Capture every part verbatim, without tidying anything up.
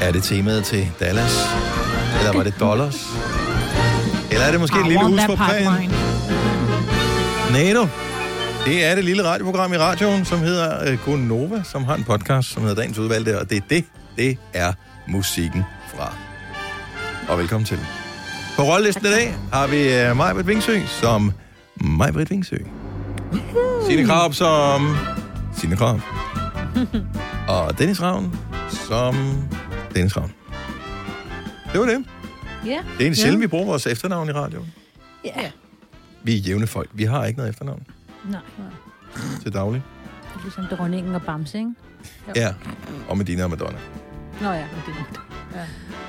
Er det temaet til Dallas? Eller var det dollars? Eller er det måske et lille hus på prægen? Nej, du. Det er det lille radioprogram i radioen, som hedder uh, Gonova, som har en podcast, som hedder Dagens Udvalgte, og det er det, det er musikken fra. Og velkommen til. På rollelisten i dag har vi uh, Maj-Britt Vingsø som Maj-Britt Vingsø. Signe Krab som Signe Krab. Og Dennis Ravn som Dennis Ravn. Det var det. Ja. Det er en sjældent, vi bruger vores efternavn i radioen. Ja. Vi er jævne folk. Vi har ikke noget efternavn. Nej. Til daglig. Det er ligesom dronningen og Bamse, ikke? Jo. Ja, og Medina og Madonna. Nå ja, og det ja.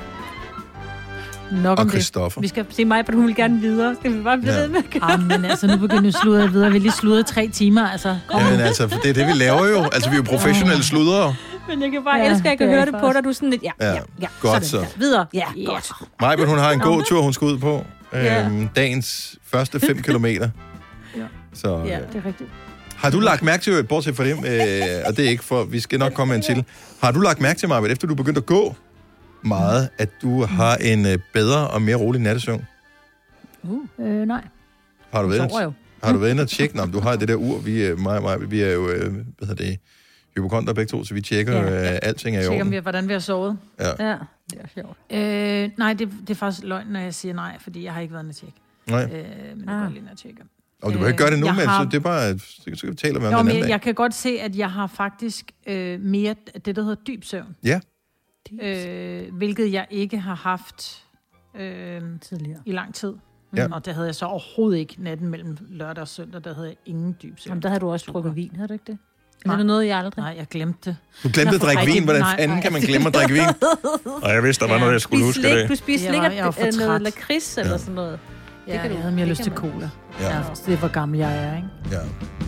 Nok og om Christoffer. Vi skal se mig, for hun vil gerne videre. Skal vi bare blive Ja. ved med? Ah, men altså, nu begynder vi at sludre videre. Vi lige sludret tre timer, altså. Jamen altså, det er det, vi laver jo. Altså, vi er jo professionelle sludrere. Men jeg kan bare Ja, elske, at jeg kan det er høre det på faktisk. dig. Du er sådan lidt, ja, Ja, ja, ja. godt sådan, så. Ja. Videre. Ja, Ja. godt. Majbert, hun har en god tur, hun skal ud på. Ja. Øhm, dagens første fem kilometer. Ja. Så, Ja, ja. Det er rigtigt. Har du lagt mærke til, bortset fra dem, øh, og det er ikke for, vi skal nok komme ind til, har du lagt mærke til, Majbert, efter du begyndte at gå meget, at du har en øh, bedre og mere rolig nattesøvn? Uh. Øh, nej. Har du været Sover jo. Har du været inde og tjekke? Nå, du har det der ur, vi, øh, mig, mig, vi er jo, øh, hvad hedder det, hypokonder begge to, så vi tjekker, Ja. øh, alting er i Tjek, om orden. vi, hvordan vi har sovet. Ja. Ja, det er sjovt. Øh, nej, det, det er faktisk løgn, når jeg siger nej, fordi jeg har ikke været inde at tjekke. Nej. Øh, men jeg Ah. går lige ind og tjekker. Og du kan ikke gøre det nu, jeg men har- så det er bare, så så kan vi tale om det Jo, en men anden jeg, dag. jeg kan godt se, at jeg har faktisk øh, mere det, der hedder dyb søvn. Ja. Øh, hvilket jeg ikke har haft øh, Tidligere. i lang tid. Ja. Mm. Og det havde jeg så overhovedet ikke natten mellem lørdag og søndag. Der havde jeg ingen dyb søvn. Jamen, der havde du også drukket vin, havde du ikke det? Nej. Er det noget, jeg aldrig? Nej, jeg glemte det. Du glemte at Nå, drikke nej, vin. Hvordan nej, fanden nej. kan man glemme at drikke vin? Og jeg vidste, der var Ja. noget, jeg skulle Spis huske slik, det. du spiser Jeg slik var- jeg var af for øh, noget træt. lakrids Ja. eller sådan noget. Ja, kan jeg du- havde mere det lyst kan til man. cola. Ja. Ja. Det er, hvor gammel jeg er, ikke? Ja.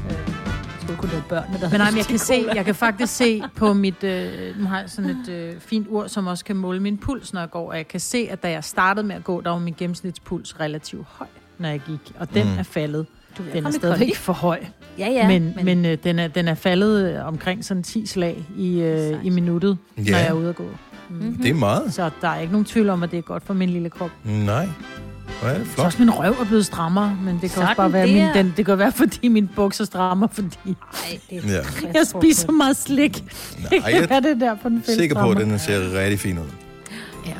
Så kunne det børnene, der Men nej, havde men jeg kan lyst se, til cola. jeg kan faktisk se på mit, øh, nu har jeg sådan et øh, fint ur, som også kan måle min puls, når jeg går, og jeg kan se, at da jeg startede med at gå, der var min gennemsnitspuls relativt høj, når jeg gik, og den Mm. mm. er faldet. Du vil Den er komme i stadigvæk kondi. for høj, Ja, ja. men, men, men øh, den, er, den er faldet øh, omkring sådan ti slag i, øh, i minuttet, Ja. når jeg er ude at gå. Mm. Mhm. Det er meget. Så der er ikke nogen tvivl om, at det er godt for min lille krop. Nej. Hvor er det Så flot. også min røv er blevet strammere, men det kan Sådan også bare være, der. min, den, det kan være, fordi min bukser strammer, fordi Ej, det er Ja. jeg spiser meget slik. Nej, Det kan jeg være det der på den er fælles sikker på, at strammer. den ser rigtig fin ud. Ja.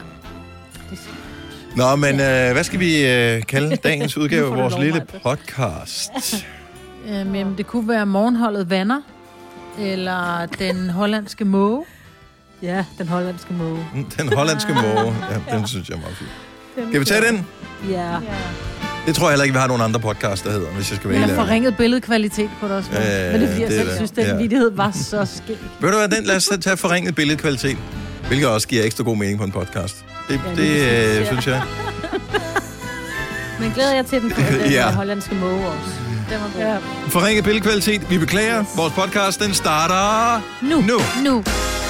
Nå, men øh, hvad skal vi øh, kalde dagens udgave Nu af får du vores lov, lille Maj-Brit. podcast? Øhm, jamen, det kunne være morgenholdet Vanner, eller den hollandske måge. Ja, den hollandske måge. Den hollandske måge. Ja, den synes jeg er meget fin. Skal vi tage den? Ja. Det tror jeg heller ikke, vi har nogen andre podcast, der hedder, hvis jeg skal være Eller helt ærlig. forringet billedkvalitet på det også. Ja, Øh, Men det er fordi, jeg det er selv det. synes, den Ja. vittighed var så skæg. Ved du hvad, den, lad os tage forringet billedkvalitet, hvilket også giver ekstra god mening på en podcast. Det, Ja, det lige præcis, øh, ja. synes jeg. Men glæder jeg til den, den Ja. ja. hollandske måge også. Den var god. Ja. Forringet billedkvalitet, vi beklager. Vores podcast, den starter Nu. nu. Nu.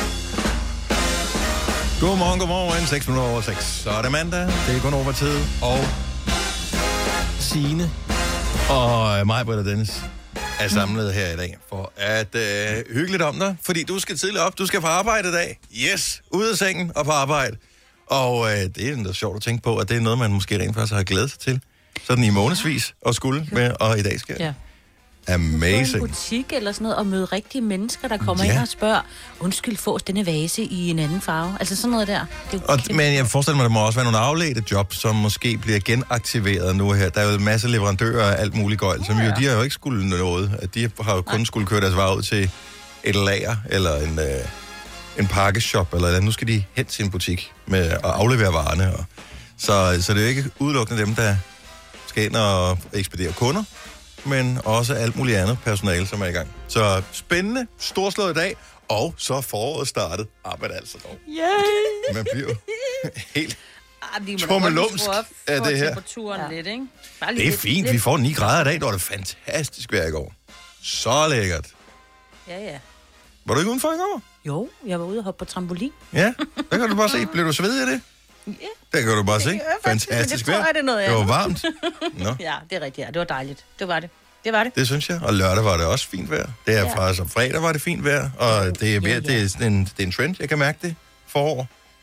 Godmorgen, godmorgen. seks minutter over seks. Så er det mandag. Det er kun over tid. Og Signe og mig, Britt og Dennis, er samlet her i dag for at øh, hygge lidt om dig. Fordi du skal tidligt op. Du skal på arbejde i dag. Yes, ud af sengen og på arbejde. Og øh, det er da sjovt at tænke på, at det er noget, man måske rent faktisk har glædet sig til. Sådan i månedsvis og skulle med, og i dag skal Ja. Gå i en Amazing. butik eller sådan noget, og møde rigtige mennesker, der kommer Ja. ind og spørger, undskyld, fås denne vase i en anden farve? Altså sådan noget der. Det er jo Og, kæmpe- men jeg forestiller mig, at der må også være nogle afledte job, som måske bliver genaktiveret nu her. Der er jo en masse leverandører af alt muligt gøjl, som jo, de har jo ikke skulle noget. At de har jo kun skulle køre deres varer ud til et lager, eller en, øh, en pakkeshop, eller, eller nu skal de hen til en butik med at aflevere varerne. Og, så, så det er jo ikke udelukkende dem, der skal ind og ekspedere kunder, men også alt muligt andet personale, som er i gang. Så spændende, storslået dag, og så er foråret startet. Ah, men altså dog. Yay! Man bliver jo helt... Ah, vi må da Trommelumsk godt skrue op er for det her. temperaturen ja. lidt, ikke? Bare lige Det er lidt- fint, lidt- vi får ni grader i dag. Det var det fantastisk vejr i går. Så lækkert. Ja, ja. Var du ikke udenfor i går? Jo, jeg var ude og hoppe på trampolin. Ja, der kan du bare se. Blev du svedig af det? Ja, Der kan du bare se. gør jeg faktisk, men Fantastisk det tror vejr. jeg, det er noget Det var andet. varmt. Nå, ja, det er rigtigt. Ja. Det var dejligt. Det var det. Det var det. det synes jeg. Og lørdag var det også fint vejr. Det er Ja. faktisk om fredag var det fint vejr. Og det er, ved, Ja, ja. det er, sådan en, det er en trend, jeg kan mærke det. Forår.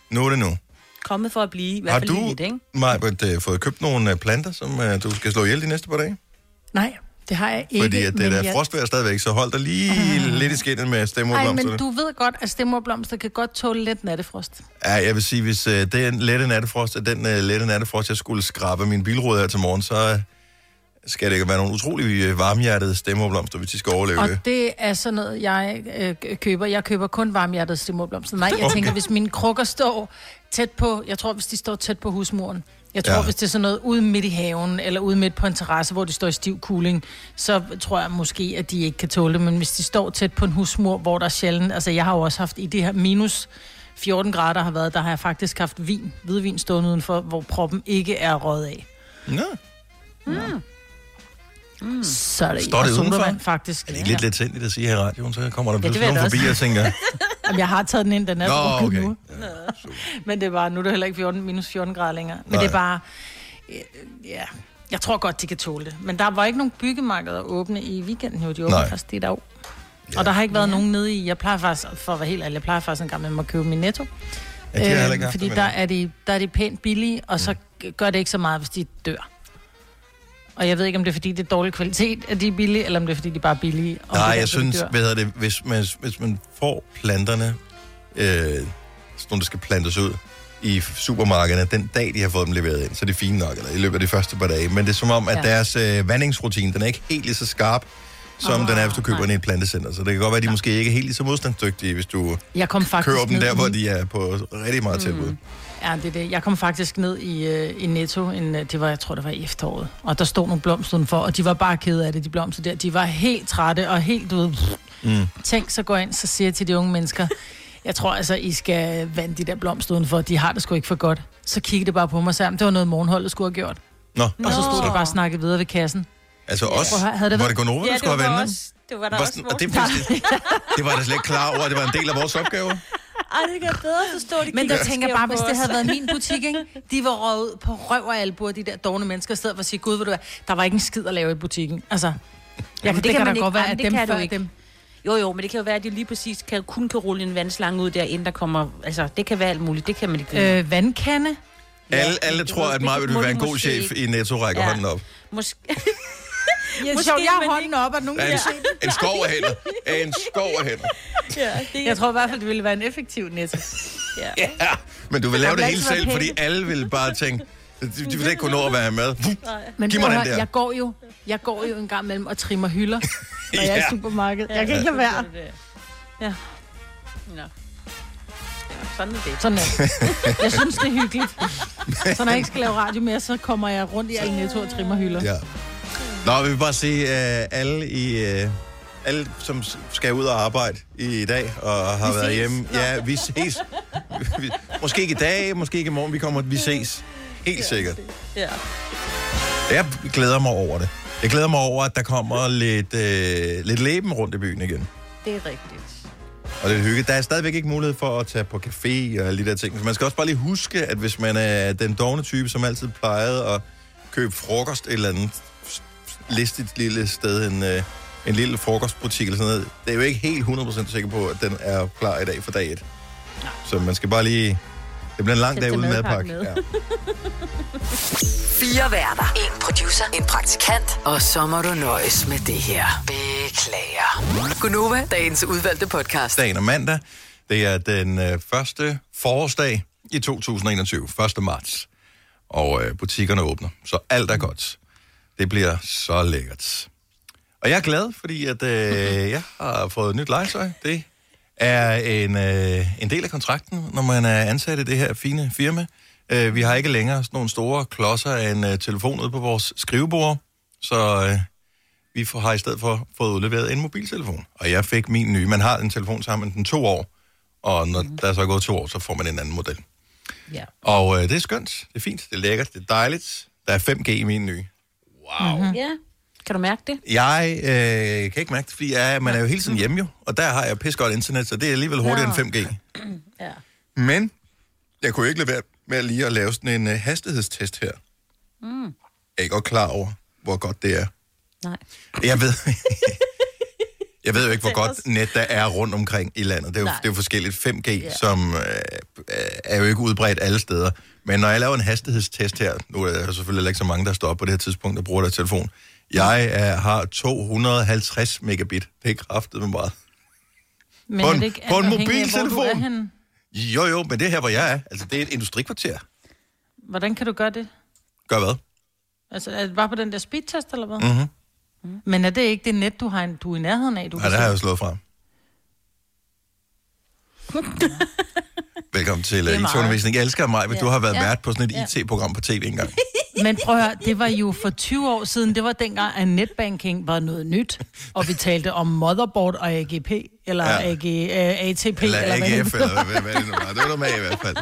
Nu er det nu. Kommet for at blive, i hvert Har fald du, lidt, ikke? Majbert, uh, fået købt nogle uh, planter, som uh, du skal slå ihjel de næste par dage? Nej, det har jeg ikke. Fordi at det der jeg... frostvejr stadigvæk, så hold dig lige uh. lidt i skinnet med stemmerblomsterne. Nej, men du ved godt, at stemmerblomster kan godt tåle lidt nattefrost. Ja, jeg vil sige, hvis uh, det er en lette nattefrost, at den uh, lette nattefrost, jeg skulle skrabe min bilrude her til morgen, så uh, skal det ikke være nogle utrolig uh, varmhjertede stemmerblomster, hvis de skal overleve og det. Og det er sådan noget, jeg øh, køber. Jeg køber kun varmhjertede stemmerblomster. Nej, jeg okay. tænker, hvis mine krukker står tæt på, jeg tror, hvis de står tæt på husmuren, jeg tror, ja. hvis det er sådan noget ude midt i haven, eller ude midt på en terrasse, hvor de står i stiv kuling, så tror jeg måske, at de ikke kan tåle det. Men hvis de står tæt på en husmur, hvor der er sjældent, altså jeg har jo også haft i det her minus fjorten grader har været, der har jeg faktisk haft vin, hvidvin stående udenfor, hvor proppen ikke er røget af. Nå. Mm. Mm. Så er det står det udenfor? Faktisk. Er det ikke lidt lidt sindigt at sige her i radioen, så kommer der ja, pludselig nogen forbi og tænker... Jamen, jeg har taget den ind, den er Nå, okay. nu. Ja, men det er bare, nu er det heller ikke fjorten, minus fjorten grader længere. Men Nej. det er bare, ja, jeg tror godt, de kan tåle det. Men der var ikke nogen byggemarkeder åbne i weekenden, jo, de åbne først i dag. Ja. Og der har ikke været ja. nogen nede i, jeg plejer faktisk, for at være helt ærlig, jeg plejer faktisk en gang med at købe min Netto. Ja, det har jeg ikke haft, fordi der er, de, der er de pænt billige, og så mm. gør det ikke så meget, hvis de dør. Og jeg ved ikke, om det er, fordi det er dårlig kvalitet, at de er billige, eller om det er, fordi de bare er billige. Nej, jeg derfor, synes, hvad hedder det, hvis man, hvis man får planterne, øh, sådan nogle, der skal plantes ud i supermarkederne, den dag, de har fået dem leveret ind, så er det fint nok, eller i løbet af de første par dage. Men det er som om, at ja. deres øh, vandingsrutine, den er ikke helt lige så skarp, som oh, den er, hvis du køber den i et plantecenter. Så det kan godt være, at de måske ikke er helt lige så modstandsdygtige, hvis du jeg kom køber dem der, hvor de er på rigtig meget tilbud. Mm. Ja, det er det. Jeg kom faktisk ned i, uh, i Netto, en, det var, jeg tror, det var i efteråret, og der stod nogle blomster for, og de var bare kede af det, de blomster der. De var helt trætte og helt ude. Mm. Tænk, så går jeg ind, så siger jeg til de unge mennesker, jeg tror altså, I skal vande de der blomster udenfor, de har det sgu ikke for godt. Så kiggede det bare på mig og sagde, det var noget, morgenholdet skulle have gjort. Nå. Og så stod de bare og snakkede videre ved kassen. Altså også? Ja, det var det Gonova, der ja, skulle have vandet? Det var der også. Og det, det, det var da slet ikke klar over, at det var en del af vores opgave. Ej, det kan bedre forstå, de men der tænker bare, hvis det havde været min butik, ikke? De var røget ud på røv og albuer, de der dårne mennesker, i stedet for at sige, gud, ved du hvad, der var ikke en skid at lave i butikken. Altså, jeg kan, det, det kan, kan da godt være, at dem før dem... Jo, jo, men det kan jo være, at de lige præcis kan, kun kan rulle en vandslange ud der, inden der kommer... Altså, det kan være alt muligt, det kan man ikke... Øh, vandkande? Ja, alle, alle tror, at Maja vil være en god chef i Netto, rækker ja. hånden op. Måske... Ja, måske, jeg har hånden op, at nogen ja, kan se det. En skov af hænder. En skov af hænder. Ja, det, jeg tror i hvert fald, det ville være en effektiv Netto. Ja. ja, men du vil lave det hele selv, penge. Fordi alle vil bare tænke, de, de vil ikke kunne nå at være med. Men giv mig den der. Jeg går jo, jeg går jo en gang mellem og trimmer hylder, når ja. jeg er i supermarkedet. Jeg kan ikke lade være. Ja. Nå. Sådan er det. Sådan er det. Jeg synes, det er hyggeligt. Så når jeg ikke skal lave radio mere, så kommer jeg rundt i alle Netto og trimmer hylder. Ja. Nå, vi vil bare sige, at uh, alle, i, uh, alle, som skal ud og arbejde i dag og har vi været ses. hjemme, ja, vi ses. Måske ikke i dag, måske ikke i morgen, vi kommer, vi ses. Helt sikkert. Ja. Jeg glæder mig over det. Jeg glæder mig over, at der kommer lidt, uh, lidt leben rundt i byen igen. Det er rigtigt. Og det er hyggeligt. Der er stadigvæk ikke mulighed for at tage på café og alle de der ting. Så man skal også bare lige huske, at hvis man er den dovne type, som altid plejede at købe frokost et eller andet listigt lille sted, en, øh, en lille frokostbutik eller sådan noget. Det er jo ikke helt hundrede procent sikker på, at den er klar i dag for dag et. Ja. Så man skal bare lige... Det bliver en lang dag uden madpakke. Med. Ja. Fire værter. En producer. En praktikant. Og så må du nøjes med det her. Beklager. Gunova, dagens udvalgte podcast. Dagen er mandag. Det er den øh, første forårsdag i to tusind og enogtyve. første marts. Og øh, butikkerne åbner. Så alt er godt. Det bliver så lækkert. Og jeg er glad, fordi at, øh, jeg har fået et nyt legetøj. Det er en, øh, en del af kontrakten, når man er ansat i det her fine firma. Øh, vi har ikke længere sådan nogle store klodser af en øh, telefon ude på vores skrivebord, så øh, vi får, har i stedet for fået udleveret en mobiltelefon. Og jeg fik min nye. Man har en telefon sammen den to år, og når mm. der er så gået to år, så får man en anden model. Ja. Og øh, det er skønt, det er fint, det er lækkert, det er dejligt. Der er fem G i min nye. Wow. Mm-hmm. Ja. Kan du mærke det? Jeg øh, kan ikke mærke det, fordi jeg, man er jo hele tiden hjemme jo, og der har jeg pis godt internet, så det er alligevel hurtigere ja. end fem G. Ja. Men jeg kunne ikke lade være med lige at lave sådan en uh, hastighedstest her. Mm. Jeg er ikke godt klar over, hvor godt det er. Nej. Jeg ved, jeg ved jo ikke, hvor godt net der er rundt omkring i landet. Det er jo, det er jo forskelligt. fem G, ja. som øh, er jo ikke udbredt alle steder. Men når jeg laver en hastighedstest her, nu er der selvfølgelig ikke så mange, der står op på det her tidspunkt og bruger deres telefon. Jeg er, har to hundrede og halvtreds megabit. Det er kraftet med meget. Men på en, er det ikke på en mobiltelefon? Jo, jo, men det her, hvor jeg er, altså det er et industrikvarter. Hvordan kan du gøre det? Gør hvad? Altså, er det bare på den der speedtest, eller hvad? Mhm. Mm. Men er det ikke det net, du, har en, du er i nærheden af? Du Ja, det har jeg jo slået fra. Velkommen til uh, I T-undervisning. Jeg elsker mig, men ja. Du har været ja. vært på sådan et ja. I T-program på tv engang. Men prøv at høre, det var jo for tyve år siden, det var dengang, at netbanking var noget nyt, og vi talte om motherboard og A G P, eller ja. A G, uh, A T P, eller, eller hvad A G F, eller hvad, hvad det nu var. Det var noget med i hvert fald.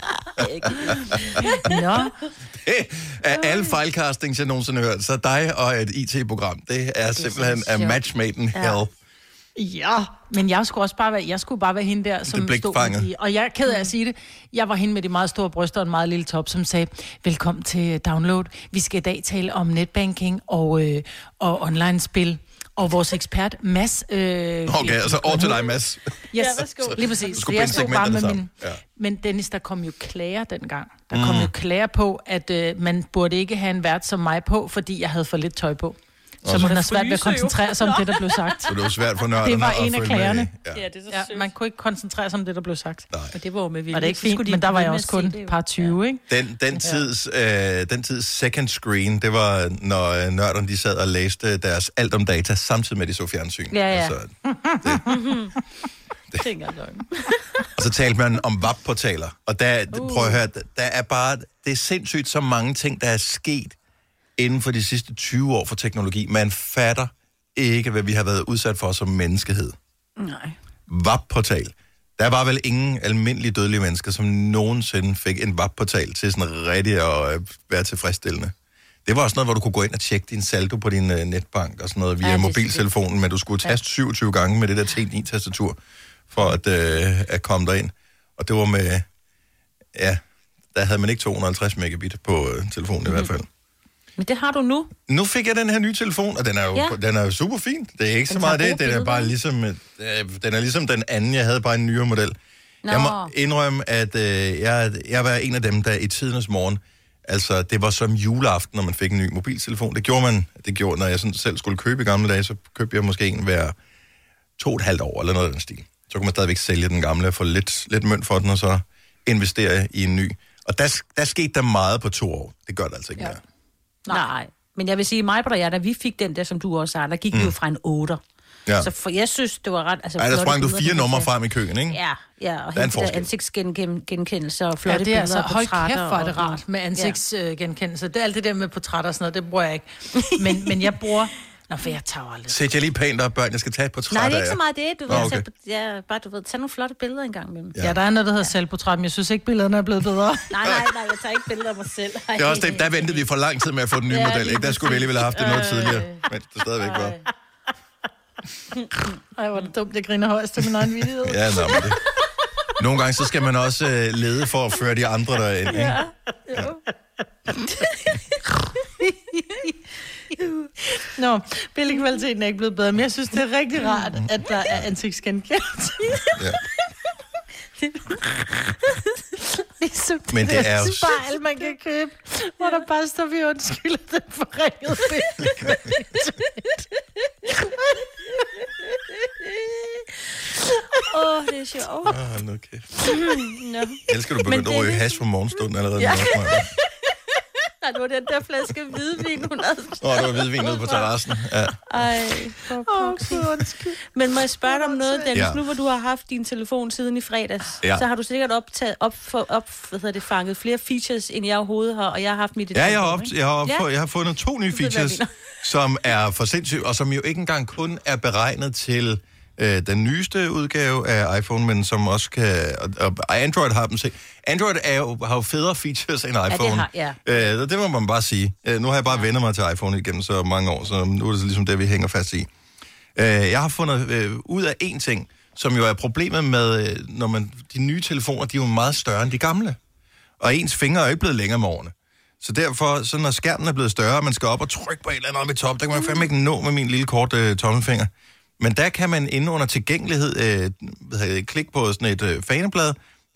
Nå. Det er alle fejlcastings, jeg nogensinde har hørt. Så dig og et I T-program, det er det simpelthen a match made in hell. Ja. Ja, men jeg skulle også bare være, jeg skulle bare være hende der, som stod i, og jeg er ked af at sige det, jeg var hende med de meget store bryster og en meget lille top, som sagde, velkommen til Download, vi skal i dag tale om netbanking og, øh, og online-spil, og vores ekspert, Mads... Øh, okay, altså over til dig, Mads. Yes, ja, lige præcis. Så jeg stod bare med min... Ja. Men Dennis, der kom jo klager dengang. Der kom mm. jo klager på, at øh, man burde ikke have en vært som mig på, fordi jeg havde for lidt tøj på. Så man har svært ved at koncentrere sig om det, der blev sagt. Så det var svært for nørderne. Det var en af klagerne. Ja. Ja, det er så ja, man kunne ikke koncentrere sig om det, der blev sagt. Nej. Og det var jo med vilje. Og det er ikke fint, men der var jeg også kun et par tyve, ja. ikke? Den, den, tids, øh, den tids second screen, det var, når øh, nørderne de sad og læste deres alt om data, samtidig med de så fjernsyn. Ja, ja. Altså, det, det. Og så talte man om W A P-portaler. Og der, uh. prøv at høre, der er bare, det er sindssygt så mange ting, der er sket inden for de sidste tyve år for teknologi. Man fatter ikke, hvad vi har været udsat for som menneskehed. Nej. W A P-portal. Der var vel ingen almindelige dødelige mennesker, som nogensinde fik en W A P-portal til sådan rigtig at være tilfredsstillende. Det var også noget, hvor du kunne gå ind og tjekke din saldo på din uh, netbank og sådan noget via ja, mobiltelefonen, men du skulle taste syvogtyve gange med det der T ni-tastatur for at, uh, at komme derind. Og det var med, ja, der havde man ikke to hundrede og halvtreds megabit på uh, telefonen mm-hmm. i hvert fald. Men det har du nu. Nu fik jeg den her nye telefon, og den er jo, ja. den er jo super fin. Det er ikke den så meget det. Den er bare ligesom, øh, den er ligesom den anden, jeg havde, bare en nyere model. Nå. Jeg må indrømme, at øh, jeg, jeg var en af dem, der i tidernes morgen, altså det var som juleaften, når man fik en ny mobiltelefon. Det gjorde man, det gjorde, når jeg sådan selv skulle købe i gamle dage, så købte jeg måske en hver to og et halvt år, eller noget af den stil. Så kunne man stadigvæk sælge den gamle og få lidt, lidt mønt for den, og så investere i en ny. Og der, der skete der meget på to år. Det gør det altså ikke ja. mere. Nej, men jeg vil sige, mig og jeg, da vi fik den der, som du også har, der gik mm. vi jo fra en otter. Ja. Så for, jeg synes, det var ret... Altså, ej, der sprang du fire numre frem i køen, ikke? Ja, ja, og helt der ansigtsgenkendelse og flotte ja, det er billeder altså, hold kæft, for det rart med ansigtsgenkendelse. Ja. Det er alt det der med portrætter og sådan noget, det bruger jeg ikke. Men, men jeg bruger... Nå, for jeg tager aldrig. Sæt jeg lige pænt op, børn, jeg skal tage et portræt af. Nej, det er ikke så meget det, du ved. Okay. Ja, bare du ved, tag nogle flotte billeder en gang imellem. Ja. ja, der er noget, der hedder ja. selvportræt, men jeg synes ikke, billederne er blevet bedre. nej, nej, nej, jeg tager ikke billeder af mig selv. Ej. Det er også det, der ventede vi for lang tid med at få den nye ja, model, ikke? Der skulle vi alligevel have haft det noget tidligere, men det stadigvæk var. Ej, hvor er det dumt, jeg griner højst til min egen vidighed. ja, nå, men det. Nogle gange, så skal man også uh, lede for at føre de andre derind, ikke? Ja, ja. Nå, billedkvaliteten er ikke blevet bedre, men jeg synes, det er rigtig rart, at der er ansigtsgenkendelse. Ja. Det er så men det er jo... spejl, man kan købe, hvor der bare står, vi undskylder den forringede billedkvalitet. Åh, oh, det er sjovt. Åh, oh, nu kæft. No. Elsker du begyndt at ryge hash for morgenstunden allerede? Ja. Nej, det var den der flaske hvidvin, hun havde. Åh, oh, det var hvidvin ude på terrassen. Ja. Ej, for oh, men må jeg spørge dig om noget, Dennis? Ja. Nu hvor du har haft din telefon siden i fredags, ja. så har du sikkert optaget, op, for, op, hvad hedder det, fanget flere features, end jeg overhovedet har, og jeg har haft mit... Ja, jeg har, op, jeg, har op, ja. jeg har fundet to nye features, som er for sindssygt, og som jo ikke engang kun er beregnet til... Øh, den nyeste udgave af iPhone, men som også kan... Og, og Android har dem set. Android er jo, har jo federe features end iPhone. Ja, det har, ja. Øh, det må man bare sige. Øh, nu har jeg bare ja. vendt mig til iPhone igennem så mange år, så nu er det ligesom det, vi hænger fast i. Øh, jeg har fundet øh, ud af én ting, som jo er problemet med, øh, når man... De nye telefoner, de er jo meget større end de gamle. Og ens fingre er jo ikke blevet længere med årene. Så derfor, så når skærmen er blevet større, og man skal op og trykke på et eller andet ved top, der kan man fandme ikke nå med min lille kort øh, tommelfinger. Men der kan man inde under tilgængelighed øh, klikke på sådan et øh, faneblad,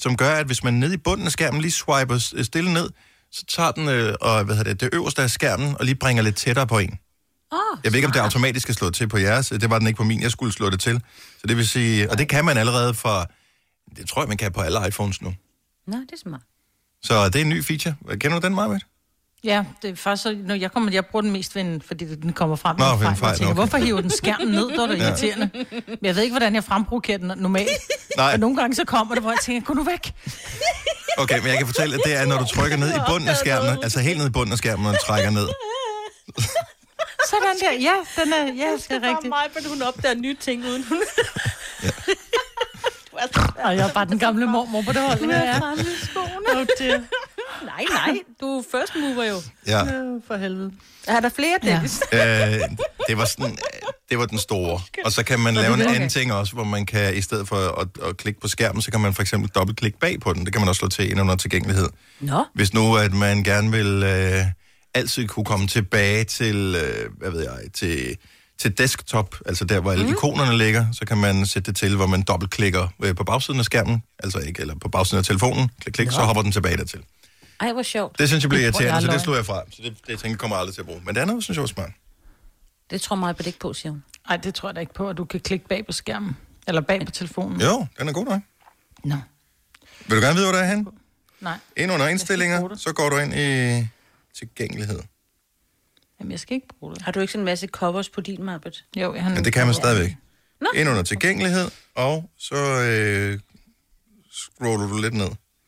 som gør, at hvis man nede i bunden af skærmen lige swiper stille ned, så tager den øh, og, hvad hedder det, det øverste af skærmen og lige bringer lidt tættere på en. Oh, jeg ved ikke, om det automatisk skal slå til på jeres. Det var den ikke på min, jeg skulle slå det til. Så det vil sige, og det kan man allerede fra, det tror jeg, man kan på alle iPhones nu. Nå, det er smart. Så det er en ny feature. Kender du den, Maja? Ja, det er faktisk så, når jeg kommer, jeg bruger den mest, ved, fordi den kommer frem Nå, med en fejl. fejl. Tænker, Okay. hvorfor hiver den skærmen ned, der er det irriterende. Men jeg ved ikke, hvordan jeg fremprovokerer den normalt. Nej. Og nogle gange så kommer det, hvor jeg tænker, gå nu væk. Okay, men jeg kan fortælle, at det er, når du trykker ned i bunden af skærmen, altså helt ned i bunden af skærmen, og trækker ned. Sådan der, ja, den er, ja, det er rigtigt. Mig, men hun opdager nye ting uden hun... Ja. Og jeg er bare den gamle mormor på det hold. Med ja. Fremme i skoene. Oh, det. Nej, nej, du er first mover jo. Ja. For helvede. Er der flere, Dennis? Ja. Øh, det, var sådan, det var den store. Og så kan man lave en anden ting også, hvor man kan, i stedet for at, at klikke på skærmen, så kan man for eksempel dobbeltklikke bag på den. Det kan man også slå til ind under tilgængelighed. Nå. Hvis nu, at man gerne vil øh, altid kunne komme tilbage til, øh, hvad ved jeg, til... til desktop, altså der, hvor alle mm. ikonerne ligger, så kan man sætte det til, hvor man dobbeltklikker øh, på bagsiden af skærmen, altså ikke, eller på bagsiden af telefonen, klik, klik, så hopper den tilbage dertil. Ej, hvor sjovt. Det synes jeg bliver irriterende, så det slår jeg fra. Så det, det tænker jeg kommer aldrig til at bruge. Men det andet synes jeg var smart. Det tror mig på det ikke på, siger hun. Nej, det tror jeg da ikke på, at du kan klikke bag på skærmen, eller bag på telefonen. Jo, den er god nok. Nå. Vil du gerne vide, hvor der er henne? Nej. Ind under indstillinger, så går du ind i tilgængelighed. Jamen, jeg skal ikke bruge det. Har du ikke sådan en masse covers på din mappet? Jo, jeg har... Men det kan man stadigvæk. Nå. Ind under tilgængelighed, og så øh, scroller du lidt ned.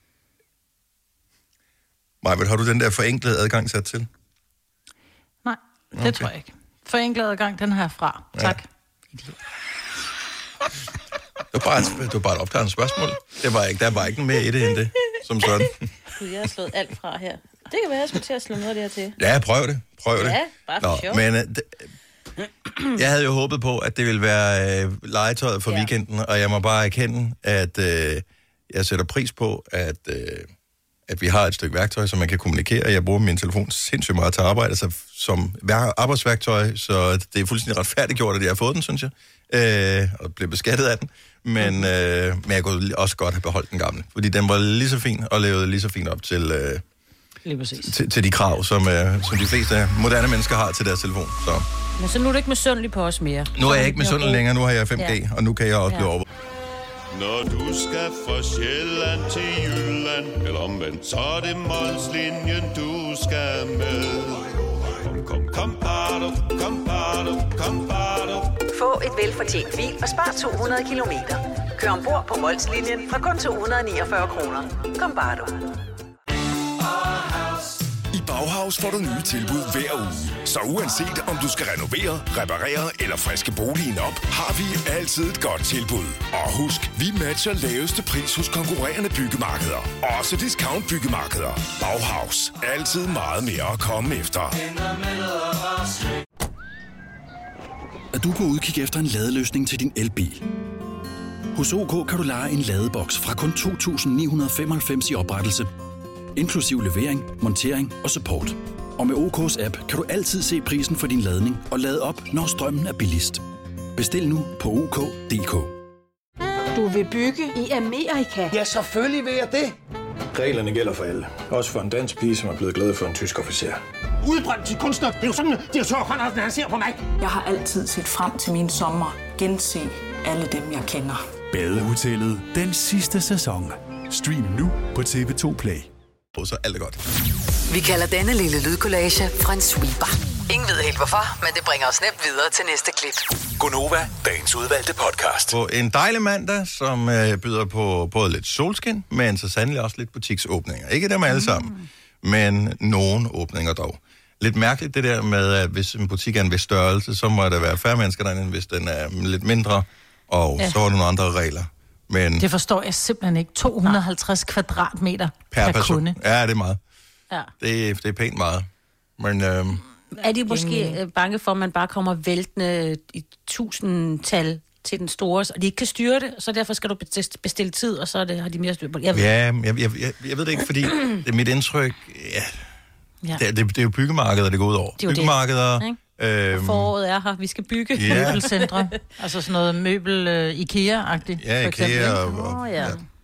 Majbert, har du den der forenklede adgang sat til? Nej, det Okay. tror jeg ikke. Forenklet adgang, den har jeg fra. Tak. Ja. Det var bare et, det var bare et opklarende spørgsmål. Det var ikke, der var ikke mere i det end det, som sådan. Gud, jeg har slået alt fra her. Det kan være, jeg skulle til at slå noget af det her til. Ja, prøv det. Prøv det. Ja, bare for sjov. Men uh, d- jeg havde jo håbet på, at det ville være uh, legetøjet for ja. weekenden, og jeg må bare erkende, at uh, jeg sætter pris på, at, uh, at vi har et stykke værktøj, som man kan kommunikere. Jeg bruger min telefon sindssygt meget til arbejde, altså som arbejdsværktøj, så det er fuldstændig retfærdiggjort, at jeg har fået den, synes jeg, uh, og bliver beskattet af den. Men, mm. øh, men jeg kunne også godt have beholdt den gamle, fordi den var lige så fin og levede lige så fint op til, øh, til, til de krav, som, øh, som de fleste moderne mennesker har til deres telefon. Så. Men så nu er du ikke misundelig på os mere. Nu er jeg ikke misundelig længere, nu har jeg fem G, ja. Og nu kan jeg også blive ja. over. Når du skal fra Sjælland til Jylland, eller omvendt, så er det Molslinjen, du skal med. Kom, kom, kom, bado, kom, bado, kom, bado. Få et velfortjent bil og spar to hundrede kilometer. Kør ombord på Molslinjen fra kun to hundrede niogfyrre kroner. Kom bare du. I Bauhaus får du nye tilbud hver uge. Så uanset om du skal renovere, reparere eller friske boligen op, har vi altid et godt tilbud. Og husk, vi matcher laveste pris hos konkurrerende byggemarkeder. Også discount byggemarkeder. Bauhaus. Altid meget mere at komme efter. Er du på udkig efter en ladeløsning til din elbil? Hos O K kan du leje en ladeboks fra kun to tusind ni hundrede femoghalvfems i oprettelse, inklusiv levering, montering og support. Og med O K's app kan du altid se prisen for din ladning og lade op, når strømmen er billigst. Bestil nu på O K punktum D K. Du vil bygge i Amerika? Ja, selvfølgelig vil jeg det. Reglerne gælder for alle. Også for en dansk pige, som er blevet glad for en tysk officer. Udbrændt til kunstner. Det er jo sådan, at de har tørt, han ser på mig. Jeg har altid set frem til min sommer. Gense alle dem, jeg kender. Badehotellet den sidste sæson. Stream nu på T V to Play. Så alt er godt. Vi kalder denne lille lydkollage en sweeper. Ingen ved helt hvorfor, men det bringer os nemt videre til næste klip. Gonova, dagens udvalgte podcast. På en dejlig mandag, som øh, byder på både lidt solskin, men så sandelig også lidt butiksåbninger. Ikke dem alle sammen, mm. men nogle åbninger dog. Lidt mærkeligt det der med, at hvis en butik er en vis størrelse, så må der være færre mennesker derinde, hvis den er lidt mindre, og ja. så er der nogle andre regler. Men det forstår jeg simpelthen ikke. to hundrede og halvtreds kvadratmeter per, per kunde. Ja, det er meget. Ja. Det, det er pænt meget. Men, øhm, er de måske bange for, at man bare kommer væltende i tusindtal til den store, og de ikke kan styre det, så derfor skal du bestille tid, og så er det, har de mere styr på det? Jeg ved. Ja, jeg, jeg, jeg, jeg ved det ikke, fordi det er mit indtryk. Ja, ja. Det, det, det er jo byggemarkeder, det går ud over. Det byggemarkeder. Det, øhm, foråret er her, vi skal bygge. Yeah. Møbelcentre. Altså sådan noget møbel uh, IKEA-agtigt. Ja, IKEA og, og oh, ja.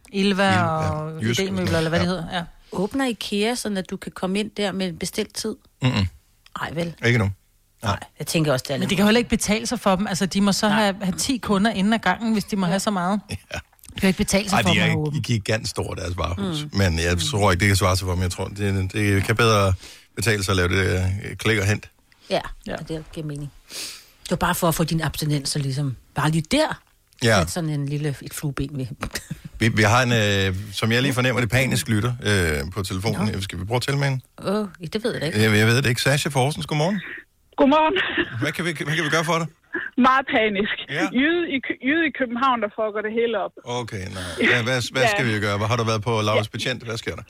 Ilva Il, og ja. Idémøbler, eller hvad ja. det hedder. Ja. Åbner IKEA, sådan at du kan komme ind der med en bestilt tid? Mm-mm. Nej, vel? Ikke nu. Nej, jeg tænker også, det er Men det kan heller ikke betale sig for dem. Altså, de må så have, have ti kunder inden ad gangen, hvis de må ja. have så meget. Ja. Det kan ikke betale sig Ej, for dem at åbne. Ej, de er gigant store, deres varehus. Mm. Men jeg tror ikke, det kan svare sig for dem. Jeg tror, det, det kan bedre betale sig at lave det uh, klik og hent. Ja, ja, det giver mening. Det var bare for at få din abstinenser ligesom bare lige der. Ja. Sådan en lille et flueben ved. vi, vi har en, øh, som jeg lige fornemmer, det panisk lytter øh, på telefonen. Ja. Skal vi prøve at tælle med hende? Åh, oh, det ved jeg ikke. Jeg, jeg ved det ikke. Sasha Forsens, godmorgen. Godmorgen. Hvad kan vi, hvad kan vi gøre for dig? Meget panisk. Ja. Jyde, i, Jyde i København, der fucker det hele op. Okay, nej. Ja, hvad hvad ja. skal vi gøre? Har du været på Laurits Betjent? Hvad sker der?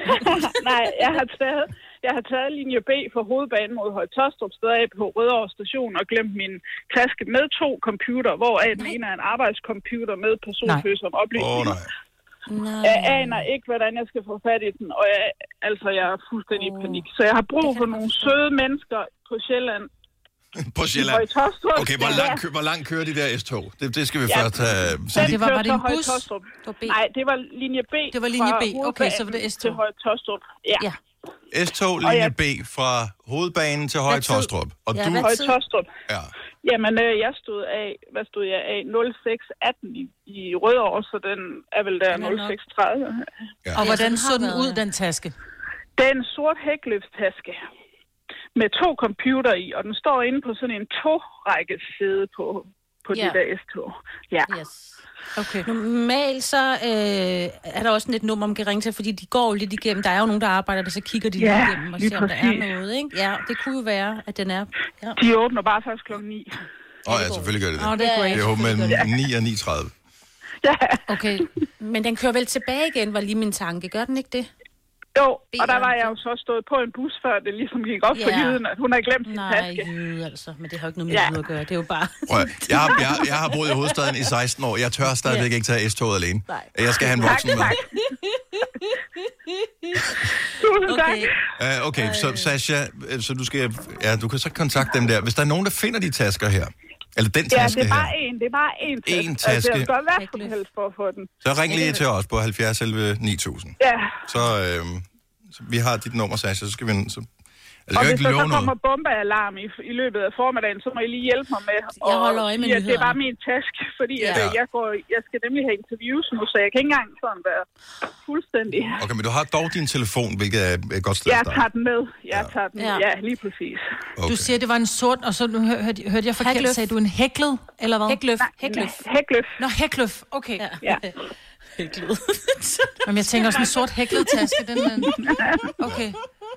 Nej, jeg har taget, jeg har taget linje B for hovedbanen mod Høje Taastrup stadig på Rødovre station og glemt min taske med to computer, hvor den ene er en arbejdscomputer med personfølsom oplysning. Åh, oh, nej. Nej. Jeg aner ikke, hvordan jeg skal få fat i den, og jeg, altså, jeg er fuldstændig oh. i panik. Så jeg har brug for nogle søde mennesker på Sjælland. På Sjælland? Okay, hvor langt, hvor langt kører de der S-tog? Det, det skal vi ja. først have... Så det var, var det en bus? Nej, det var linje B. Det var linje B, okay, så var det S-tog. Til Høje Taastrup, ja. ja. S-tog, linje B, fra hovedbanen til Høje Taastrup. Og ja, du... Høje Taastrup. Ja. Jamen, øh, jeg stod af, hvad stod jeg af? nul seks atten i, i Rødovre, så den er vel der nul seks tredive. Ja. Og hvordan så den ud, den taske? Det er en sort hækløftstaske med to computer i, og den står inde på sådan en to-række side på, på yeah. de der S-tog. Ja. Yes. Okay. Normalt så øh, er der også et nummer, man kan ringe til, fordi de går lidt igennem. Der er jo nogen, der arbejder der, så kigger de ja, lige igennem og ser, om præcis. der er noget. Ikke? Ja, det kunne jo være, at den er... Ja. De åbner bare først klokken ni. Åh oh, ja, selvfølgelig gør det det. Oh, det er det er jo mellem ni og ni tredive. Ja. Okay, men den kører vel tilbage igen, var lige min tanke. Gør den ikke det? Jo, og der var jeg jo så stået på en bus, før det ligesom gik op ja. for Jyden, at hun har glemt sin Nej, taske. Nej, Jyde altså, men det har jo ikke noget med ja. at gøre, det er jo bare... Prøv, jeg, har, jeg, jeg har boet i hovedstaden i seksten år, jeg tør stadigvæk ja. ikke tage S-toget alene. Nej. Jeg skal have en voksen med. Tusind tak. Okay, uh, okay så Sasha, så du skal, ja, du kan så kontakte dem der. Hvis der er nogen, der finder de tasker her, eller den taske her. Ja, det er bare en, det er bare en taske. En taske. Altså, jeg skal være som helst for at få den. Så ring lige til os på halvfjerds elleve ni tusind. Ja. Så, øh, så vi har dit nummer, Sasha, så skal vi... Så, altså, og hvis der så kommer bombealarm i, i løbet af formiddagen, så må I lige hjælpe mig med. Jeg holder øje med ja, det er bare min taske, fordi ja. at, jeg, går, jeg skal nemlig have interviews nu, så jeg kan ikke engang sådan være fuldstændig. Okay, men du har dog din telefon, hvilket er et godt sted. Jeg tager den med. Jeg ja. tager den ja. ja, lige præcis. Okay. Du siger, det var en sort, og så nu hørte, hørte jeg forkert, Hækløf. Sagde du en hæklet, eller hvad? Hækløf. Hækløf. Hækløf. Nå, hækløf. Okay. Ja. ja. Hæklet. Men jeg tænker også en sort hæklet taske, den okay.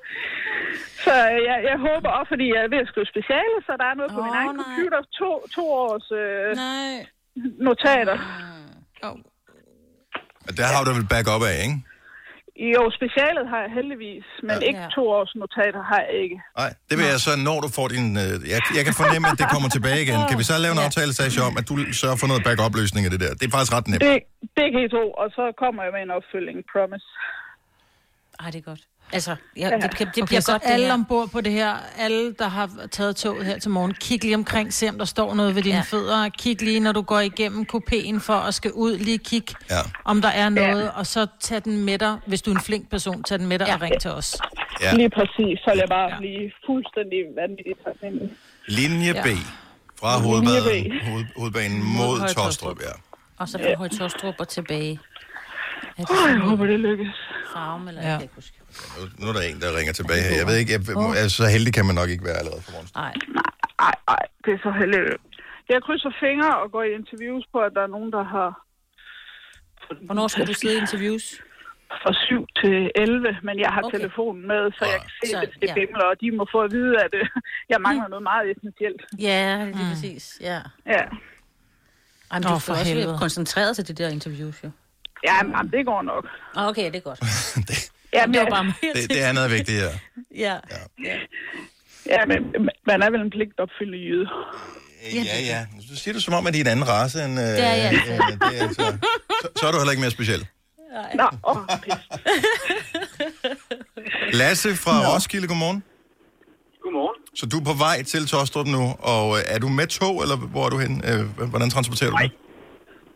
Så jeg, jeg håber også, fordi jeg er ved at skrive speciale, så der er noget oh, på min egen nej. computer. To, to års øh, notater. Oh. Der har du vel backup af, ikke? Jo, specialet har jeg heldigvis, men ja. ikke to års notater har jeg ikke. Nej, det vil jeg så, når du får din... Øh, jeg, jeg kan fornemme, at det kommer tilbage igen. Kan vi så lave en aftale, Sasha, om, at du sørger for noget backup-løsning af det der? Det er faktisk ret nemt. Det, det kan I tro, og så kommer jeg med en opfølging, promise. Ej, det er godt. Altså, ja, det, det, det okay, bliver så godt, alle det ombord på det her, alle, der har taget toget her til morgen, kig lige omkring, se om der står noget ved dine ja. fødder. Kig lige, når du går igennem kupéen for at skal ud, lige kig, ja. om der er noget, ja. og så tag den med dig. Hvis du er en flink person, tag den med dig ja. og ring til os. Ja. Lige præcis, så vil jeg bare ja. blive fuldstændig vanvittigt taknemmelig. Linje B fra hovedbanen, hoved, hovedbanen mod, mod Taastrup, ja. Og så fra Høje Taastrup og tilbage. Åh, oh, jeg håber, det lykkes. Farm, eller ja. jeg kan ikke huske. Nu, nu er der en, der ringer tilbage her. Jeg ved ikke, jeg, oh. altså, så heldig kan man nok ikke være allerede for morgen. Nej, nej, nej, det er så heldigt. Jeg krydser fingre og går i interviews på, at der er nogen, der har... Hvornår skal du sidde i interviews? Fra syv til elleve, men jeg har okay. telefonen med, så jeg kan se, så, hvis det ja. bimler, og de må få at vide, at uh, jeg mangler mm. noget meget essentielt. Ja, det er mm. præcis, ja. Ja. Ej, men du får også være koncentreret til det der interviews, jo. Ja, men det går nok. Okay, det er godt. det, ja, men, det, bare det, det er noget vigtigt, ja. ja. Ja, ja men man er vel en pligtopfyldende jyde. Ja, ja. Så siger du som om, at de er en anden race end... Det er jeg. Øh, det er, så, så, så er du heller ikke mere speciel. Nej. Nå, åh, oh, pis. Lasse fra Nå. Roskilde, godmorgen. Godmorgen. Så du er på vej til Taastrup nu, og er du med tog, eller hvor er du hen? Hvordan transporterer du dig?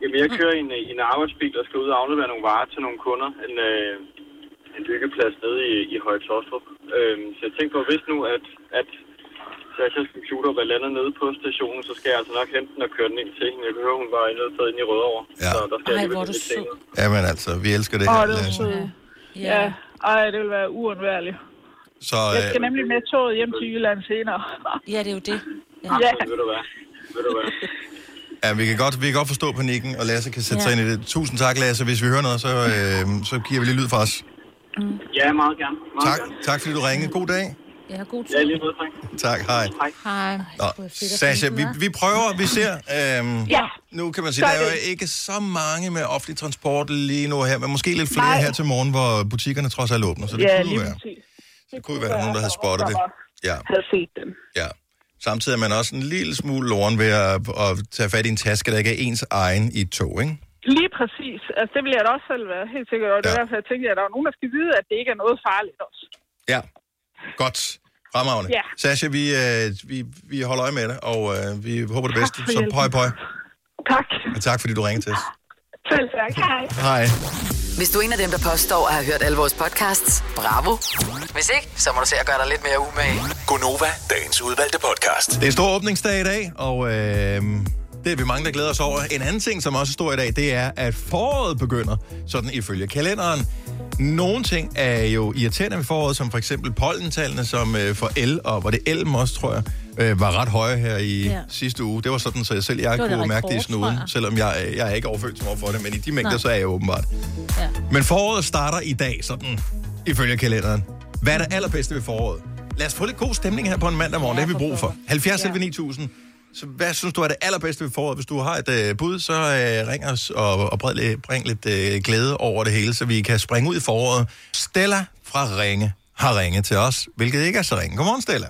Jamen, jeg kører i en, i en arbejdsbil, der skal ud og aflevere nogle varer til nogle kunder. En, øh, en byggeplads nede i, i Høje Taastrup. Øhm, så jeg tænkte på, hvis nu, at, at Sashas computer var landet nede på stationen, så skal jeg altså nok hente den og køre den ind til hende. Jeg kan høre, hun var nødt inde i Rødovre. Ja. Så der skal Ej, jeg hvor er du sød. Jamen altså, vi elsker det Åh, her. det er sød. Ja. Ej, det vil være uundværligt. Så, jeg skal øh... nemlig med toget hjem til Jylland senere. Ja, det er jo det. Ja. Ja. Ved du hvad? Ved du hvad? Ja, vi kan, godt, vi kan godt forstå panikken, og Lasse kan sætte ja. sig ind i det. Tusind tak, Lasse. Hvis vi hører noget, så, øh, så giver vi lige lyd for os. Mm. Ja, meget gerne. Meget tak, gerne. tak fordi du ringede. God dag. Ja, god tur. Ja, lige måde, tak. Tak, hej. Hej. Nå, Sasha, vi, vi prøver, vi ser. Øhm, ja. Nu kan man sige, der er jo ikke så mange med offentlig transport lige nu her, men måske lidt flere Nej. her til morgen, hvor butikkerne trods alt åbner, så det ja, kunne være. Det, det kunne være, nogen, der havde spottet det. Ja. Havde set dem. Ja. Samtidig er man også en lille smule loren ved at, at tage fat i en taske, der ikke er ens egen i et tog, ikke? Lige præcis. Altså, det vil jeg da også selv være helt sikkert. Og det er ja. derfor, jeg tænker, at der er nogen, der skal vide, at det ikke er noget farligt også. Ja. Godt. Fremragende. Ja. Sasha, vi, øh, vi, vi holder øje med det, og øh, vi håber det bedste. Så pøj, pøj. Tak. Og tak, fordi du ringede til os. Selv tak. Hej. Hej. Hvis du er en af dem, der påstår at have hørt alle vores podcasts, bravo. Hvis ikke, så må du se at gøre dig lidt mere umage. Gonova, dagens udvalgte podcast. Det er stor åbningsdag i dag, og øh, det er vi mange, der glæder os over. En anden ting, som også er stor i dag, det er, at foråret begynder, sådan ifølge kalenderen. Nogle ting er jo irriterende ved foråret, som for eksempel pollentallene, som øh, for el, og var det elm også, tror jeg, øh, var ret høje her i ja. sidste uge. Det var sådan, så jeg selv jeg kunne det mærke det i snuden, selvom jeg, jeg er ikke overfølsom over for det, men i de mængder, Nej. så er jeg åbenbart. Ja. Men foråret starter i dag, sådan ifølge kalenderen. Hvad er det allerbedste ved foråret? Lad os få lidt god stemning her på en mandag morgen, ja, det har vi brug for. halvfjerds elleve ni tusind. Så hvad synes du er det allerbedste ved foråret? Hvis du har et øh, bud, så øh, ring os og, og bred, bring lidt øh, glæde over det hele, så vi kan springe ud i foråret. Stella fra Ringe har ringet til os, hvilket ikke er så ringe. Godmorgen, Stella.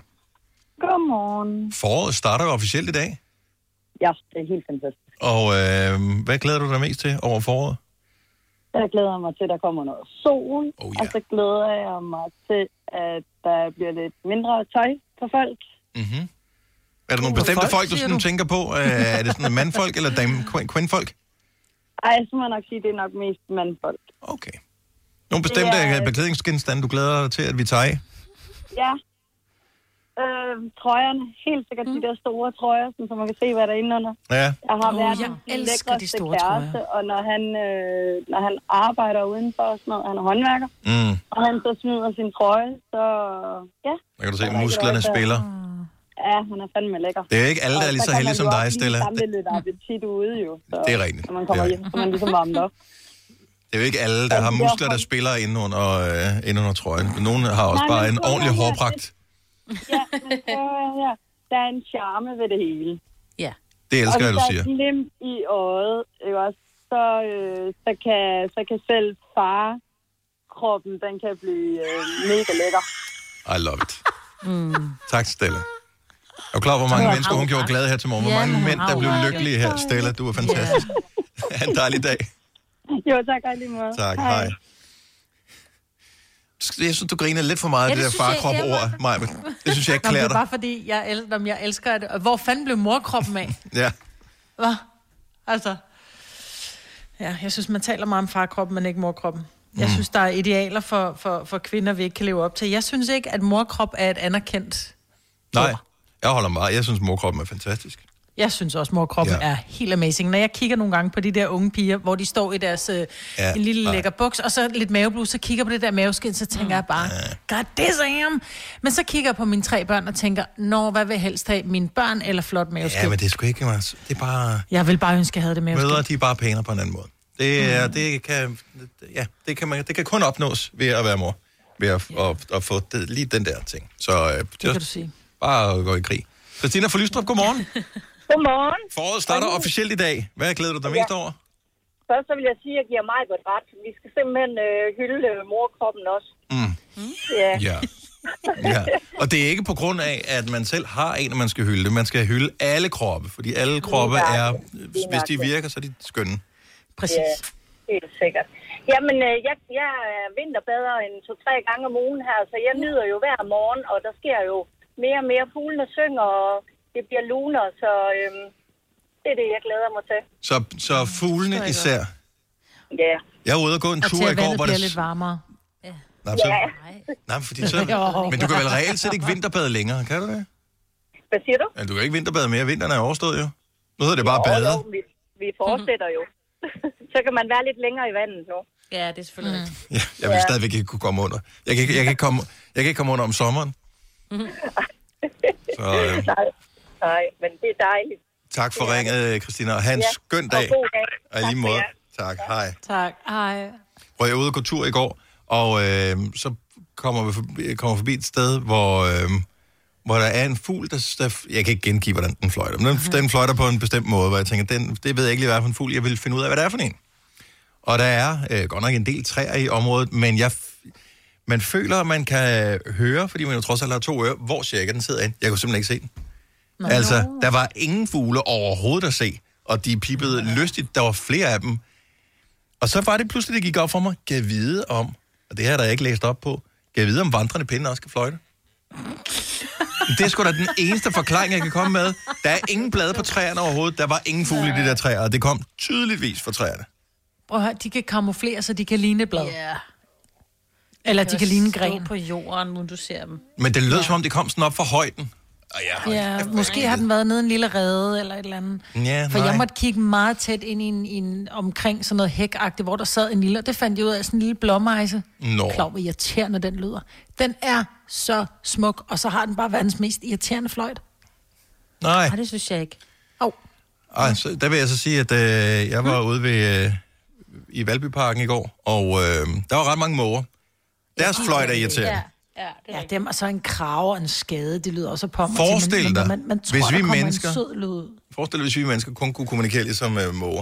Godmorgen. Foråret starter jo officielt i dag. Ja, det er helt fantastisk. Og øh, hvad glæder du dig mest til over foråret? Jeg glæder mig til, at der kommer noget sol, oh, ja. og så glæder jeg mig til, at der bliver lidt mindre tøj på folk. Mhm. Er der nogle bestemte folk, folk du sådan du? tænker på? Er det sådan mandfolk eller dame, kvindfolk? Ej, så må jeg nok sige, det er nok mest mandfolk. Okay. Nogle bestemte er... beklædningsgenstande, du glæder dig til, at vi tager af? Ja. Øh, trøjerne. Helt sikkert mm. de der store trøjer, så man kan se, hvad der er inde under. Ja. Jeg har oh, været jeg en lækreste kæreste, og når han, øh, når han arbejder udenfor og sådan noget, han er håndværker, mm. og han så smider sin trøje, så ja. Der kan du se, at musklerne spiller. Ja, han er fandme lækker. Det er ikke alle, der er lige så heldige som dig, Stella. Så kan man jo også lidt appetit ude, jo. Så, det er rigtigt. Så man kommer hjem, så man ligesom varmt op. Det er jo ikke alle, der har muskler, der spiller inde under, øh, inde under trøjen. Nogle har også Nej, bare en ordentlig hårpragt. Ja, men så, ja, der er en charme ved det hele. Ja. Det elsker jeg, du siger. Og hvis der er glimt i øjet, ikke også, så, øh, så, kan, så kan selv farkroppen, den kan blive øh, mega lækker. I love it. Mm. Tak, Stella. Jeg er klar, hvor mange mennesker hun gjorde glade her til morgen. Hvor mange mænd, der blev lykkelige her. Stella, du er fantastisk. Ha' en dejlig dag. Jo, tak. Hej lige måde. Tak, hej. hej. Jeg synes, du griner lidt for meget af ja, det, det der farkrop-ord, Maja. Det synes jeg ikke klæder dig. Det er bare fordi, jeg, el- jeg elsker det. Hvor fanden blev morkroppen af? Ja. Hvad? Altså. Ja, jeg synes, man taler meget om farkroppen, men ikke morkroppen. Jeg mm. synes, der er idealer for, for, for kvinder, vi ikke kan leve op til. Jeg synes ikke, at morkrop er et anerkendt Nej, ord. Jeg holder meget. Jeg synes, morkroppen er fantastisk. Jeg synes også, morkroppen ja. er helt amazing. Når jeg kigger nogle gange på de der unge piger, hvor de står i deres øh, ja, en lille lækker buks, og så lidt mavebluse, så kigger på det der maveskin, så tænker mm. jeg bare, god damn! Men så kigger jeg på mine tre børn og tænker, nå, hvad vil jeg helst have, mine børn eller flot maveskin? Ja, men det er sgu ikke, det er bare... Jeg vil bare ønske, jeg havde det maveskin. Mødre, de er bare pænere på en anden måde. Det, er, mm. det, kan, ja, det, kan man, det kan kun opnås ved at være mor. Ved at, yeah. at, at få det, lige den der ting. Så øh, det kan du sige. Bare at gå i krig. Christina fra Lystrup, godmorgen. Godmorgen. Foråret starter officielt i dag. Hvad glæder du dig mest ja. over? Først så vil jeg sige, at jeg giver mig godt ret. Vi skal simpelthen øh, hylde øh, morkroppen også. Mm. Mm. Ja. ja. ja. Og det er ikke på grund af, at man selv har en, man skal hylde. Man skal hylde alle kroppe, fordi alle kroppe er, er hvis de virker, så er de skønne. Præcis. Ja, helt sikkert. Jamen, øh, jeg, jeg er vinterbader en to-tre gange om ugen her, så jeg nyder jo hver morgen, og der sker jo mere og mere. Fuglene synger, og det bliver luner, så øhm, det er det, jeg glæder mig til. Så, så fuglene især? Ja. Jeg var ude og gå en tur i går, hvor det... lidt varmere. Ja. Nej, så... Nej, fordi så... Men du kan vel reelt set ikke vinterbade længere, kan du det? Hvad siger du? Ja, du kan ikke vinterbade mere. Vinteren er overstået jo. Nu hedder det bare jo, bade. Jo, vi, vi fortsætter jo. Så kan man være lidt længere i vandet nu. Ja, det er selvfølgelig mm. Ja, jeg vil ja. stadigvæk ikke kunne komme under. Jeg kan ikke, jeg kan ikke, komme, jeg kan ikke komme under om sommeren. Mm. Så, øh. nej, nej, men det er dejligt. Tak for ja. ringet, Christina. Og have en ja. skøn dag. Og god dag. Og i lige måde. Tak, ja. hej. Tak, hej. Hvor jeg ude og gå tur i går, og øh, så kommer vi forbi, kommer forbi et sted, hvor, øh, hvor der er en fugl, der, der... Jeg kan ikke gengive, hvordan den fløjter. Men den, mm-hmm. den fløjter på en bestemt måde, hvor jeg tænker, den, det ved jeg ikke lige, hvad for en fugl. Jeg vil finde ud af, hvad det er for en. Og der er øh, godt nok en del træer i området, men jeg... Man føler, at man kan høre, fordi man jo trods alt har to ører, hvor cirka den sidder ind. Jeg kunne simpelthen ikke se den. Nå, altså, no. der var ingen fugle overhovedet at se, og de pippede ja. lystigt. Der var flere af dem. Og så var det pludselig, det gik op for mig, kan jeg vide om, og det her der jeg ikke læst op på, kan jeg vide om vandrende pinde også kan fløjte? Det er sgu da den eneste forklaring, jeg kan komme med. Der er ingen blade på træerne overhovedet. Der var ingen fugle i de der træer, og det kom tydeligvis fra træerne. Prøv at høre, de kan kamuflere, så de kan ligne et blad. Yeah. Eller de kan ligne en gren på jorden, nu du ser dem. Men det lød, ja. som om det kom sådan op fra højden. Ja, ja måske har den været nede i en lille rede eller et eller andet. Ja, For nej. jeg måtte kigge meget tæt ind i en, i en omkring sådan noget hækagtigt, hvor der sad en lille, og det fandt jeg ud af sådan en lille blåmejse. Nå. Klar, hvor irriterende den lyder. Den er så smuk, og så har den bare verdens mest irriterende fløjt. Nej. Nej, det synes jeg ikke. Åh. Oh. Ej, så der vil jeg så sige, at øh, jeg var hmm. ude ved, øh, i Valbyparken i går, og øh, der var ret mange måger. Deres fløjt er irriterende. Ja. Ja, det er ja, dem og så en krave og en skade, det lyder også på mig. Forestil dig, man, man tror, hvis vi mennesker, sød forestil dig, hvis vi mennesker kun kunne kommunikere ligesom uh, måger.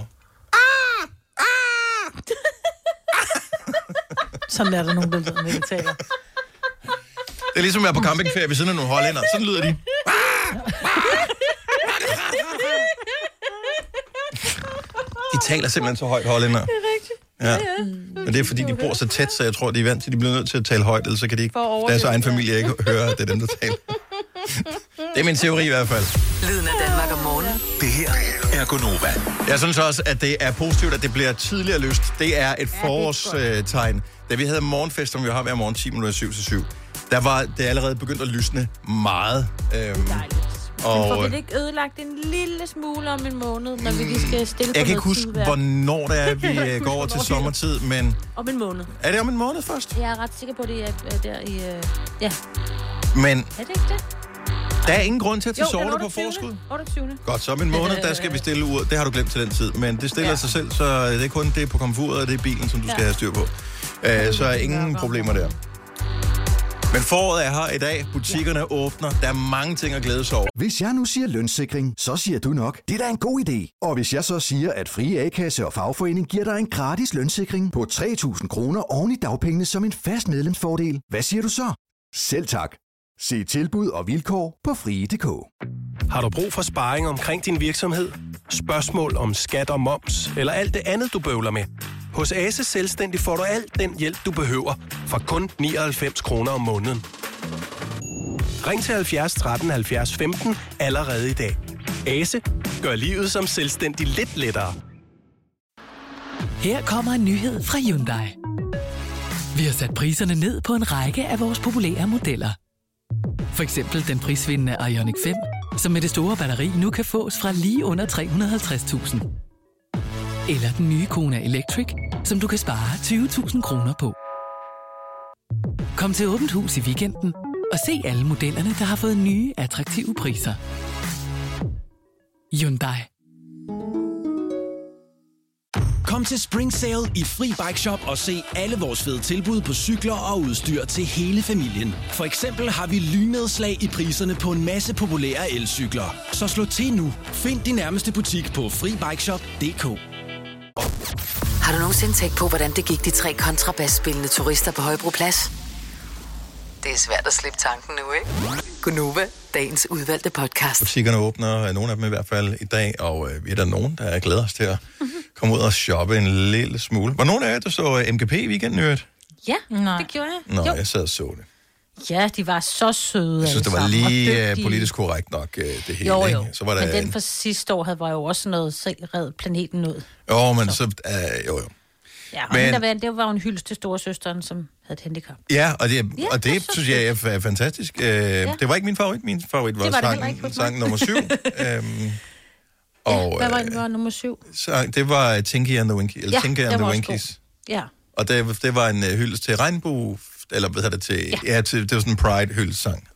Sådan er der nogen, der lyder, når de taler. Det er ligesom at være på campingferie ved siden af nogle hollænder. Sådan lyder de. De taler simpelthen så højt, hollænder. Det er rigtigt. Ja. Men det er fordi, de bor så tæt, så jeg tror, de er vant til, de bliver nødt til at tale højt, ellers så kan de ikke, deres egen familie ikke høre, at det er dem, der taler. Det er min teori i hvert fald. Lyden af Danmark om morgenen. Det her er Gonova. Jeg synes også, at det er positivt, at det bliver tidligere lyst. Det er et forårstegn. Da vi havde morgenfest, som vi har hver morgen ti minutter syv til syv, der var det allerede begyndt at lysne meget. Øhm, og men får vi det ikke ødelagt en lille smule om en måned, når vi lige skal stille på jeg kan ikke huske, tidværk? hvornår det er, vi går over til sommertid, men... Om en måned. Er det om en måned først? Jeg er ret sikker på, at det er der i... Uh... Ja. Men... Er det ikke det? Der er ingen grund til at tage sorte på forskud. otteogtyvende Godt, så om en måned, der skal vi stille ud. Det har du glemt til den tid, men det stiller ja. sig selv, så det er kun det på komfuret, og det er bilen, som du ja. skal have styr på. Uh, så er ingen problemer der. Men foråret er her i dag. Butikkerne ja. åbner. Der er mange ting at glæde sig over. Hvis jeg nu siger lønssikring, så siger du nok, det er da en god idé. Og hvis jeg så siger, at Frie A-kasse og fagforening giver dig en gratis lønssikring på tre tusind kroner oven i dagpengene som en fast medlemsfordel, hvad siger du så? Selv tak. Se tilbud og vilkår på frie punktum d k. Har du brug for sparring omkring din virksomhed? Spørgsmål om skat og moms, eller alt det andet, du bøvler med? Hos Ase Selvstændig får du alt den hjælp, du behøver, for kun nioghalvfems kroner om måneden. Ring til halvfjerds tretten halvfjerds femten allerede i dag. Ase gør livet som selvstændig lidt lettere. Her kommer en nyhed fra Hyundai. Vi har sat priserne ned på en række af vores populære modeller. For eksempel den prisvindende Ioniq fem, som med det store batteri nu kan fås fra lige under tre hundrede og halvtreds tusind. Eller den nye Kona Electric, som du kan spare tyve tusind kroner på. Kom til Åbent Hus i weekenden og se alle modellerne, der har fået nye, attraktive priser. Hyundai. Kom til Spring Sale i Fri Bike Shop og se alle vores fede tilbud på cykler og udstyr til hele familien. For eksempel har vi lynedslag i priserne på en masse populære elcykler. Så slå til nu. Find din nærmeste butik på fri bike shop punktum d k. Har du nogensinde tænkt på, hvordan det gik de tre kontrabasspillende turister på Højbroplads? Det er svært at slippe tanken nu, ikke? Gonova, dagens udvalgte podcast. Butikkerne åbner, nogle af dem i hvert fald i dag, og øh, vi er der nogen, der glæder os til at komme ud og shoppe en lille smule. Var nogen af jer, der så M G P i weekenden, øvrigt? Ja, Nej. det gjorde jeg. Nå, jo. jeg sad og så det. Ja, de var så søde. Jeg synes, det var lige politisk korrekt nok, det hele. Jo, jo. Ikke? Så var der men den fra sidste år havde, var jo også noget, så red planeten ud. Jo, men så, så uh, jo, jo. Ja, og men, der, det var jo en hyldest til storesøsteren, som havde et handicap. Ja, og det, ja, og det synes jeg er fantastisk. Uh, ja. Det var ikke min favorit. Min favorit var, var sang, sang nummer syv. um, og, ja, hvad var det, var nummer syv? Så, det var Tinky and the Winkies. Eller ja, Tinky and the Winkies. Ja. Og det, det var en uh, hyldest til regnbue, eller hvad hedder det til? Ja, ja til, det var sådan en Pride-hyldesang.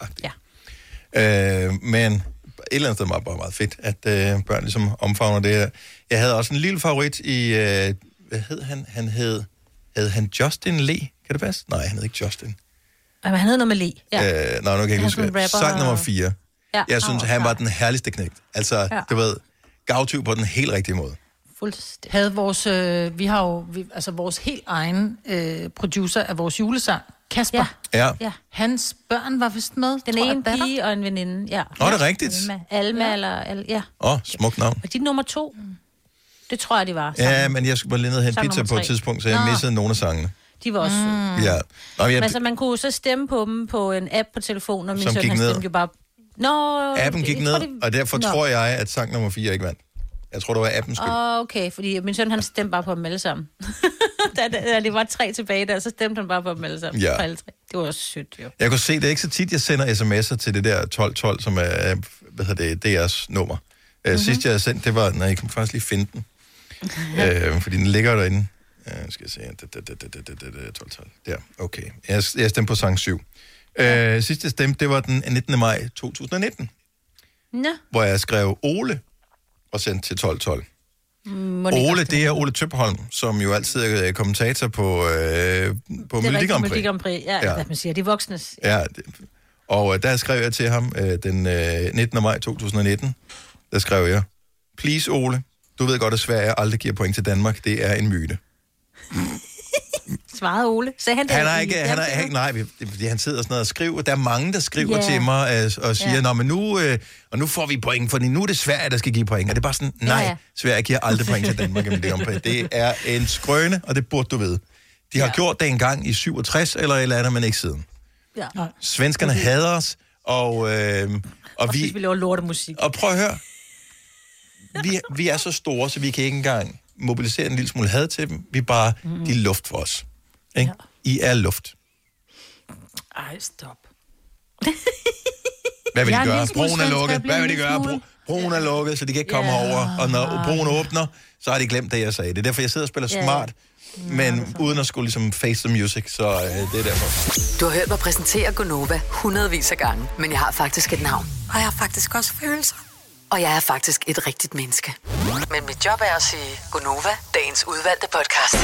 Ja. Uh, men et eller andet sted var bare meget fedt, at uh, børn ligesom omfavner det. Jeg havde også en lille favorit i, uh, hvad hed han? Han hed, hed han Justin Lee? Kan det passe? Nej, han hed ikke Justin. Men han hed noget med Lee. Ja. Uh, nej, nu kan jeg ikke huske. Sang nummer fire. Ja. Jeg synes, oh, han var den herligste knægt. Altså, ja. Du ved, gavtyv på den helt rigtige måde. Fuldstændig. Havde vores, øh, vi har jo, vi, altså vores helt egen øh, producer af vores julesang, Kasper. Ja. Ja. Hans børn var vist med. Den ene pige og en veninde, ja. Nå, det er rigtigt. Alma, Alma ja. eller, Al, ja. Åh, oh, smukt navn. Og de nummer to, det tror jeg, de var. Sammen. Ja, men jeg skulle lige ned og hente pizza på et tidspunkt, så jeg Nå. missede nogle af sangene. De var også mm. Ja. Nå, jeg... Men så man kunne så stemme på dem på en app på telefonen, og min søn, han stemte jo bare... Nå, appen gik ned, det... og derfor Nå. tror jeg, at sang nummer fire ikke vandt. Jeg tror, det var appens skyld. Åh, oh, okay, fordi min søn, han stemte bare på dem alle sammen. da, da det var tre tilbage der, så stemte han bare på dem alle sammen. Ja. Alle tre. Det var også sødt, jo. Jeg kunne se, det er ikke så tit, jeg sender sms'er til det der tolv tolv, som er, hvad hedder det, D R's nummer. Mm-hmm. Sidst jeg sendte, det var, nej, jeg kunne faktisk lige finde den. øh, fordi den ligger derinde. Uh, skal jeg se, tolv tolv. Der, okay. Jeg, jeg stemte på sang syv. Ja. Uh, sidst jeg stemte, det var den nittende maj to tusind nitten. Nå. Hvor jeg skrev Ole og sendte til tolv tolv. Monika Ole, det er Ole Tøpholm, som jo altid er kommentator på, øh, på Melodi Grand Prix. Grand Prix. Ja, ja, hvad man siger, de voksnes. Ja, det, og øh, der skrev jeg til ham øh, den øh, nittende maj to tusind nitten, der skrev jeg, please Ole, du ved godt, at Sverige aldrig giver point til Danmark, det er en myte. Svarede Ole. Så han, han er ikke, han er, han, nej, fordi han sidder sådan noget og skriver. Der er mange, der skriver yeah. til mig øh, og siger, yeah. nå, men nu, øh, og nu får vi point, for nu er det Sverige, der skal give point. Og det er bare sådan, nej, yeah. Sverige giver aldrig point til Danmark. Det er en skrøne, og det burde du vide. De har yeah. gjort det engang i syvogtres eller et eller andet, men ikke siden. Ja. Svenskerne okay. hader os, og, øh, og, og vi... vi laver lortemusik. Og prøv at høre. Vi, vi er så store, så vi kan ikke engang mobilisere en lille smule had til dem. Vi er bare, mm. de er luft for os. Ikke? Ja. I er luft. Ej, stop. Hvad vil de gøre? Broen er lukket. Hvad vil de gøre? Bro, broen er lukket, så de kan ikke komme yeah. over. Og når broen åbner, så har de glemt det, jeg sagde. Det er derfor, jeg sidder og spiller yeah. smart, men ja, uden at skulle ligesom face the music, så øh, det er derfor. Du har hørt mig præsentere Gonova hundredvis af gange, men jeg har faktisk et navn. Og jeg har faktisk også følelser. Og jeg er faktisk et rigtigt menneske. Men mit job er at sige Gonova, dagens udvalgte podcast.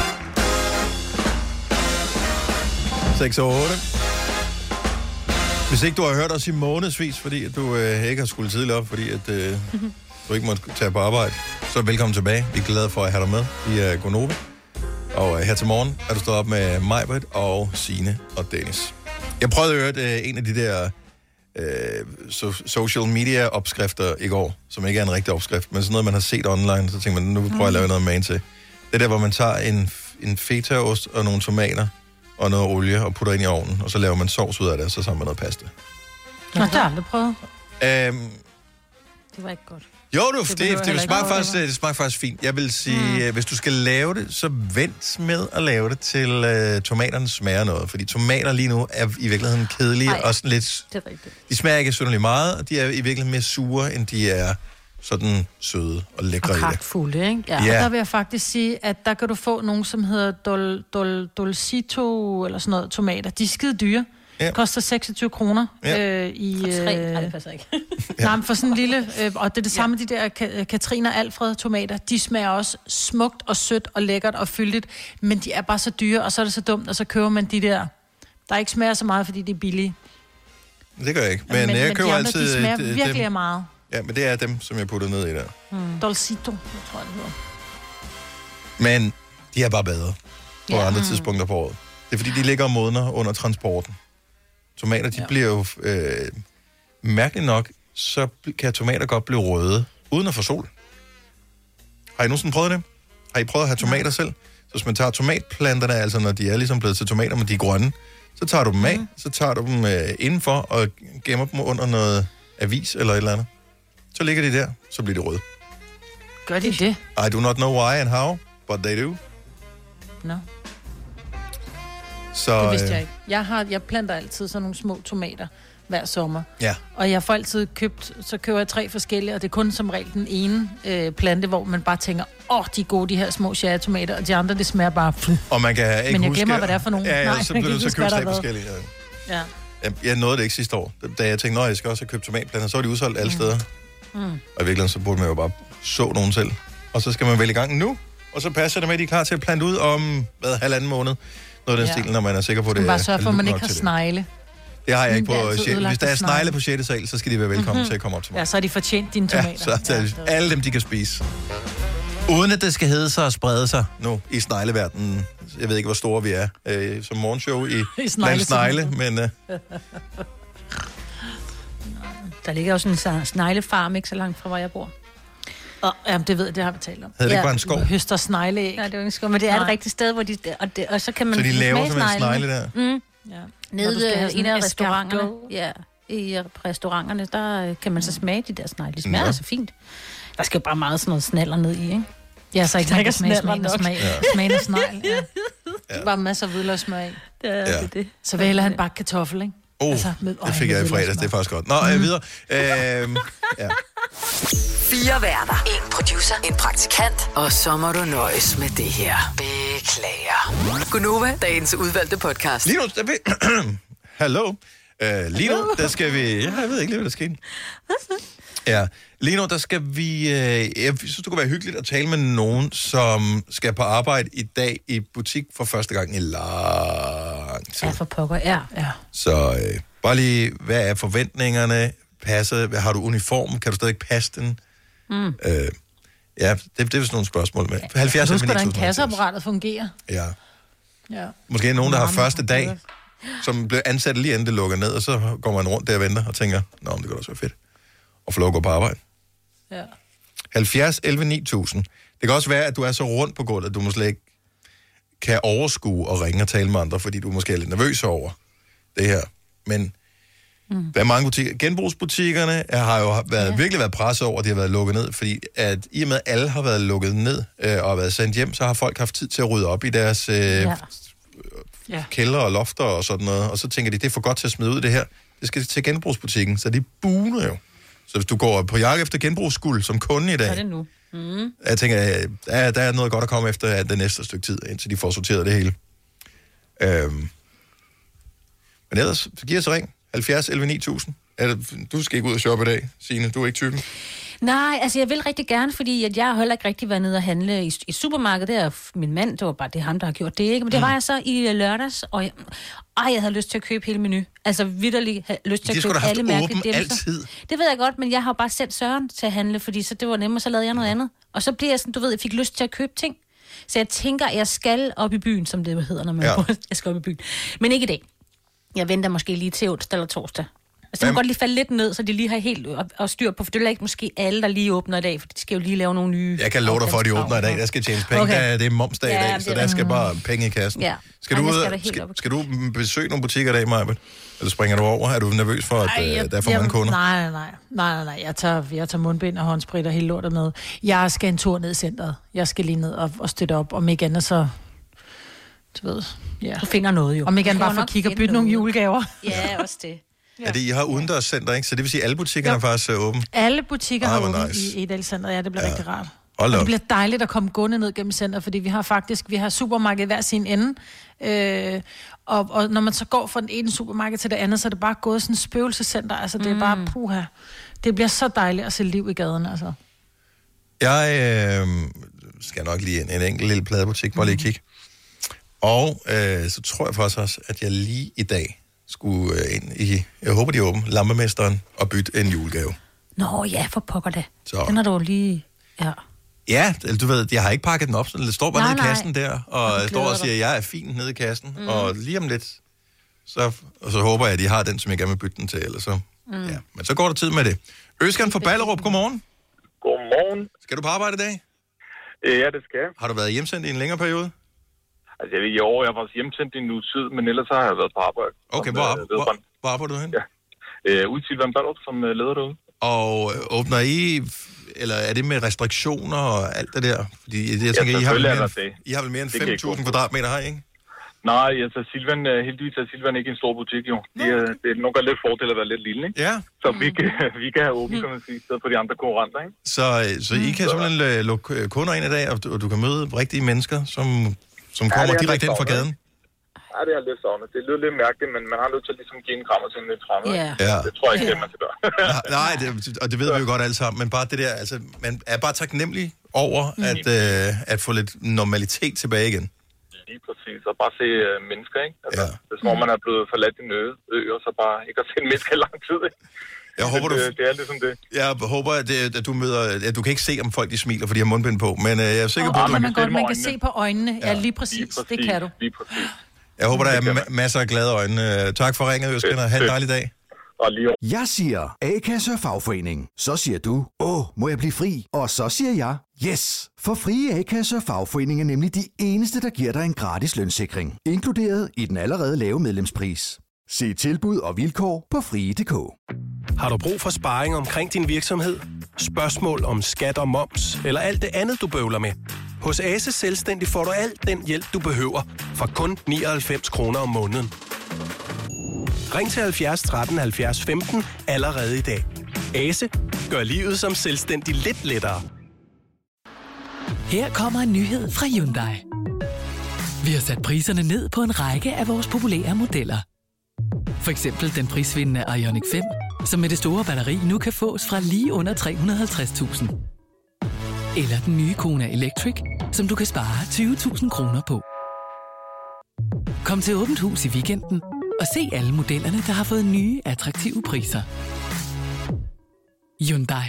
seks og otte. Hvis ikke du har hørt os i månedsvis, fordi at du øh, ikke har skulle tidligt op, fordi at, øh, du ikke måtte tage på arbejde, så velkommen tilbage. Vi er glade for at have dig med i øh, Gonova. Og øh, her til morgen er du stået op med Majbrit og Signe og Dennis. Jeg prøvede at høre øh, en af de der øh, so- social media opskrifter i går, som ikke er en rigtig opskrift, men sådan noget, man har set online, så tænker man, nu prøver jeg at lave noget med en til. Det der, hvor man tager en, en fetaost og nogle tomater, og noget olie, og putter ind i ovnen, og så laver man sovs ud af det, og så sammen med noget pasta. Nå, det har jeg aldrig prøvet. Øhm, det var ikke godt. Jo, du, det, det, det, det, smager faktisk, det smager faktisk fint. Jeg vil sige, mm. hvis du skal lave det, så vent med at lave det, til uh, tomaterne smager noget. Fordi tomater lige nu er i virkeligheden kedelige, Ej, og sådan lidt... Det er rigtigt. De smager ikke synderligt meget, og de er i virkeligheden mere sure, end de er sådan søde og lækre og i det. Og kraftfulde, ikke? Ja. ja. Og der vil jeg faktisk sige, at der kan du få nogen, som hedder Dol, Dol, Dolcito, eller sådan noget, tomater. De er skide dyre. Ja. Det koster seksogtyve kroner. Ja. Øh, i, for tre? Øh... Nej, det passer ikke. ja. Nej, for sådan en lille... Øh, og det er det samme, ja. de der Ka- Katrine og Alfred tomater. De smager også smukt og sødt og lækkert og fyldigt, men de er bare så dyre, og så er det så dumt, og så køber man de der, der ikke smager så meget, fordi de er billige. Det gør jeg ikke. Men, men jeg men køber de andre, altid... de smager dem. virkelig meget. Ja, men det er dem, som jeg putter ned i der. Mm. Dolcito, jeg tror jeg, det hedder. Men de er bare bedre på ja. andre mm. tidspunkter på året. Det er fordi, de ligger og modner under transporten. Tomater, de ja. bliver jo... Øh, mærkeligt nok, så kan tomater godt blive røde, uden at få sol. Har I nogensinde prøvet det? Har I prøvet at have tomater Nej. selv? hvis man tager tomatplanterne, altså når de er ligesom blevet til tomater, men de er grønne, så tager du dem af, mm. så tager du dem øh, indenfor og gemmer dem under noget avis eller et eller andet. Så ligger de der, så bliver de røde. Gør de det? I do not know why and how, but they do. No. Så, det vidste jeg ikke. Jeg, har, jeg planter altid sådan nogle små tomater hver sommer. Ja. Og jeg får altid købt, så køber jeg tre forskellige, og det er kun som regel den ene øh, plante, hvor man bare tænker, åh, oh, de er gode, de her små cherrytomater, og de andre, det smager bare... Og man kan ikke Men jeg huske... glemmer, hvad det er for nogle. Ja, ja, Nej, så bliver du så købt tre forskellige. Ja. Jeg, jeg nåede det ikke sidste år. Da jeg tænkte, nå, jeg skal også have købt tomatplanter, så var de udsolgt alle steder. Mm. Og i virkeligheden, så burde man jo bare så nogen selv. Og så skal man vælge i gang nu, og så passer det med, at de er klar til at plante ud om, hvad, halvanden måned. Noget af den ja. stil, når man er sikker på, det er... bare sørge for, at man ikke har snegle. Det har jeg ikke på sjette. Hvis der er snegle på sjette sal, så skal de være velkommen mm-hmm. til at komme op til mig. Ja, så har de fortjent dine tomater. Ja, så tager ja, alle dem, de kan spise. Uden at det skal hedde sig og sprede sig nu i snegleverdenen. Jeg ved ikke, hvor store vi er øh, som morgenshow i, I blandt snegle, men... Øh... Der ligger også en sneglefarm ikke så langt fra, hvor jeg bor. Oh, jamen, det ved jeg, det har vi talt om. Hedder det ikke bare en skov? Høster snegleæg. Nej, det er jo en skov, men det er et rigtigt sted, hvor de... Og, det, og så kan man... Så de laver som en snegle der? Mm. Ja. Nede i en af restauranterne. Ja, i restauranterne, der kan man så smage de der snegle. De smager ja. så fint. Der skal jo bare meget sådan noget snaller ned i, ikke? Ja, så ikke der, der smage smag og smag. Ja. Smagen af snegl, ja. ja. Bare masser af hvidløgssmag i. Det er ja. det. Så vil han bakke kartoffel, ikke? Oh, altså, med, det fik jeg i fredags, det er faktisk godt. Nå, mm. videre. Øhm, ja. Fire værter, en producer, en praktikant, og så må du nøjes med det her. Beklager. Gunova, dagens udvalgte podcast. Lige nu, der vi... Hallo. Uh, lige nu, der skal vi... Ja, jeg ved ikke lige, hvad der sker. Ja, lige nu, der skal vi... Uh, jeg synes, det kunne være hyggeligt at tale med nogen, som skal på arbejde i dag i butik for første gang i lang tid. Ja, for pokker, ja. ja. Så uh, bare lige, hvad er forventningerne? Passer? Har du uniform? Kan du stadig passe den? Mm. Uh, ja, det, det er sådan nogle spørgsmål med. halvfjerds Husk, hvordan kasseapparatet fungerer. Ja. ja. Måske nogen, der har første dag, som blev ansat lige inden det lukker ned, og så går man rundt der og venter og tænker, nå, det kan også være fedt at få lov at gå på arbejde. Ja. halvfjerds elleve ni tusind. Det kan også være, at du er så rundt på gulvet, at du måske ikke kan overskue og ringe og tale med andre, fordi du måske er lidt nervøs over det her. Men mm. der er mange butikker. Genbrugsbutikkerne har jo været, ja. virkelig været presset over, at de har været lukket ned, fordi at i og med, at alle har været lukket ned øh, og været sendt hjem, så har folk haft tid til at rydde op i deres... Øh, ja. Ja. kælder og lofter og sådan noget, og så tænker de, det er for godt til at smide ud det her. Det skal til genbrugsbutikken, så de buner jo. Så hvis du går på jagt efter genbrugsskuld som kunde i dag, så er det nu. Mm. Jeg tænker, der, der er noget godt at komme efter af det næste stykke tid, indtil de får sorteret det hele. Øhm. Men ellers, så giver os ring. halvfjerds elleve ni tusind. Du skal ikke ud og shoppe i dag, Signe. Du er ikke typen. Nej, altså jeg vil rigtig gerne, fordi at jeg har heller ikke rigtig været nede og handle i, i supermarkedet. Det er min mand, det var bare det ham, der har gjort det, ikke? Men det var jeg så i lørdags, og jeg, ej, jeg havde lyst til at købe hele menu. Altså vitterligt havde lyst til at købe alle mærkedæmmelser. Det ved jeg godt, men jeg har bare sendt Søren til at handle, fordi så det var nemmere, så lavede jeg noget andet. Og så bliver jeg sådan, du ved, jeg fik lyst til at købe ting. Så jeg tænker, jeg skal op i byen, som det hedder, når man ja. jeg skal op i byen. Men ikke i dag. Jeg venter måske lige til onsdag eller torsdag. Altså, det må godt lige falde lidt ned, så de lige har helt og styr på, for det er ikke måske alle, der lige åbner i dag, for de skal jo lige lave nogle nye... Jeg kan love dig for, at de åbner i dag. Der skal tjenes penge. Okay. Der, det er momsdag ja, i dag, så der skal bare penge i kassen. Ja. Skal, du, Ej, skal, skal, skal du besøge nogle butikker i dag, Majbet? Eller springer du over? Er du nervøs for, at Ej, jeg, der er for jeg, mange kunder? Nej, nej, nej, nej. Jeg tager, jeg tager mundbind og håndsprit og hele lortet med. Jeg skal en tur ned i centret. Jeg skal lige ned og, og støtte op. Om ikke andet, så... Du ved, ja. Du finder noget jo. Om ikke andet bare for at kigge og bytte nogle julegaver. Ja, også det. Ja. Er det, I har udendørscenter, ikke? Så det vil sige, at alle butikkerne er faktisk uh, åbne? Alle butikker ah, har åbent nice. i Edalcenteret, ja, det bliver ja. rigtig rart. Og det bliver dejligt at komme gående ned gennem centret, fordi vi har faktisk, vi har supermarked hver sin ende, øh, og, og når man så går fra den ene supermarked til det andet, så er det bare gået sådan et spøgelsescenter, altså det er mm. bare puha. Det bliver så dejligt at se liv i gaden, altså. Jeg øh, skal nok lige ind i en enkelt lille pladebutik, bare lige kigge. Og øh, så tror jeg faktisk også, at jeg lige i dag skulle øh, ind i, jeg håber de er åbne, Lampemesteren og bytte en julegave. Nå ja, for pokker det. Så. Den har du lige, ja. Ja, du ved, jeg har ikke pakket den op, så det står bare nej, nede i kassen nej. der, og jeg står og siger, at jeg er fin nede i kassen, mm. og lige om lidt, så, og så håber jeg, at de har den, som jeg gerne vil bytte den til, eller så. Mm. Ja, men så går der tid med det. Øskan fra Ballerup, godmorgen. Godmorgen. Skal du på arbejde i dag? Ja, det skal jeg. Har du været hjemsendt i en længere periode? Altså, jeg ved, i år jeg var hjemsendt i en uge tid, men ellers har jeg været på arbejde. Okay, hvor, øh, hvor, hvor arbejder du hen? Ja, øh, ude til Vandballup, som øh, leder derude. Og øh, åbner I, eller er det med restriktioner og alt det der? Fordi jeg, jeg tænker, ja, I, har vel mere, det. I har vel mere end fem tusind kvadratmeter her, ikke? Nej, altså Silvan, heldigvis er Silvan ikke en stor butik, jo. De, okay. Det er nogle gange lidt fordel at være lidt lille, ikke? Ja. Så vi kan, vi kan have åbent, kan man sige, stedet for de andre konkurrenter, ikke? Så, så I kan simpelthen lukke kunder ind i dag, og du, og du kan møde rigtige mennesker, som, som kommer ja, direkte ind fra gaden? Ja, det er lidt savnet. Det lyder lidt mærkeligt, men man har nødt til at ligesom give en krammer til en lidt fremmed. Yeah. Ja. Det tror jeg ikke, yeah. det man skal gøre. Nej, det, og det ved vi jo godt alle sammen, men bare det der, altså, man er bare taknemmelig over mm. at, øh, at få lidt normalitet tilbage igen. Lige præcis, og bare se øh, mennesker, ikke? Altså, ja. Det er som om, man er blevet forladt i en ø, ø, og så bare ikke har set mennesker i lang tid, ikke? Jeg håber, det, du... det, det er ligesom det. Jeg håber, at, det, at du møder... At du kan ikke se, om folk de smiler, fordi de har mundbind på, men øh, jeg er sikker oh, på... Det kan man, man godt, man kan se på øjnene. Ja, ja lige, præcis. lige præcis. Det kan du. Lige præcis. Jeg håber, der er ma- masser af glade øjne. Tak for ringet, Jørgen. Ha' en dejlig dag. Jeg siger A-kasse og fagforening. Så siger du, åh, må jeg blive fri? Og så siger jeg, yes! For frie A-kasse og fagforening er nemlig de eneste, der giver dig en gratis lønssikring. Inkluderet i den allerede lave medlemspris. Se tilbud og vilkår på frie punktum d k. Har du brug for sparring omkring din virksomhed? Spørgsmål om skat og moms, eller alt det andet, du bøvler med? Hos Ase Selvstændig får du alt den hjælp, du behøver, for kun nioghalvfems kroner om måneden. Ring til halvfjerds tretten halvfjerds femten allerede i dag. Ase gør livet som selvstændig lidt lettere. Her kommer en nyhed fra Hyundai. Vi har sat priserne ned på en række af vores populære modeller. For eksempel den prisvindende Ioniq fem, som med det store batteri nu kan fås fra lige under tre hundrede og halvtreds tusind. Eller den nye Kona Electric, som du kan spare tyve tusind kroner på. Kom til Åbent Hus i weekenden og se alle modellerne, der har fået nye, attraktive priser. Hyundai.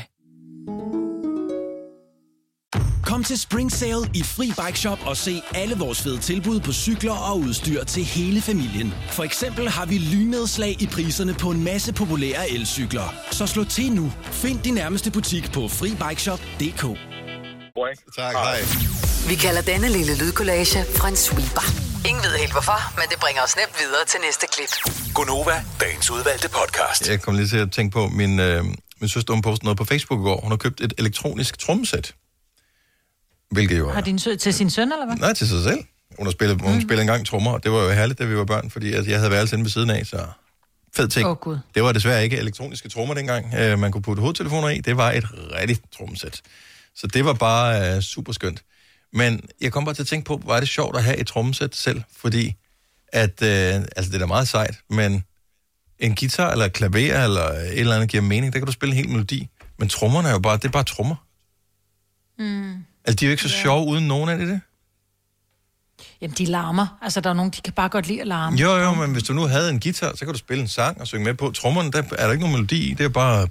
Kom til Spring Sale i Fri Bike Shop og se alle vores fede tilbud på cykler og udstyr til hele familien. For eksempel har vi lynedslag i priserne på en masse populære elcykler. Så slå til nu. Find din nærmeste butik på fri bike shop punktum d k. Tak, hej. Vi kalder denne lille lydkollage en sweeper. Ingen ved helt hvorfor, men det bringer os nemt videre til næste klip. Gonova, dagens udvalgte podcast. Jeg kom lige til at tænke på, min, øh, min søster hun postede noget på Facebook i går. Hun har købt et elektronisk trommesæt. Hvilket jo er... Har din sø- til sin søn, eller hvad? Nej, til sig selv. Hun har spillet, hun mm. spillede engang trommer, og det var jo herligt, da vi var børn, fordi altså, jeg havde værelse inde ved siden af, så fed ting. Oh, Gud. Det var desværre ikke elektroniske trommer dengang. Uh, man kunne putte hovedtelefoner i. Det var et rigtigt trommesæt. Så det var bare uh, super skønt. Men jeg kom bare til at tænke på, var det sjovt at have et trommesæt selv, fordi at, uh, altså det er da meget sejt, men en guitar eller klaver eller et eller andet giver mening, der kan du spille en hel melodi. Men trommerne er jo bare, det er bare trommer. Mm. Altså, de er jo ikke så sjove uden nogen af det, det? Jamen, de larmer. Altså, der er nogen, de kan bare godt lide at larme. Jo, jo, men hvis du nu havde en guitar, så kan du spille en sang og synge med på. Trommerne, der er der ikke nogen melodi i. Det er bare...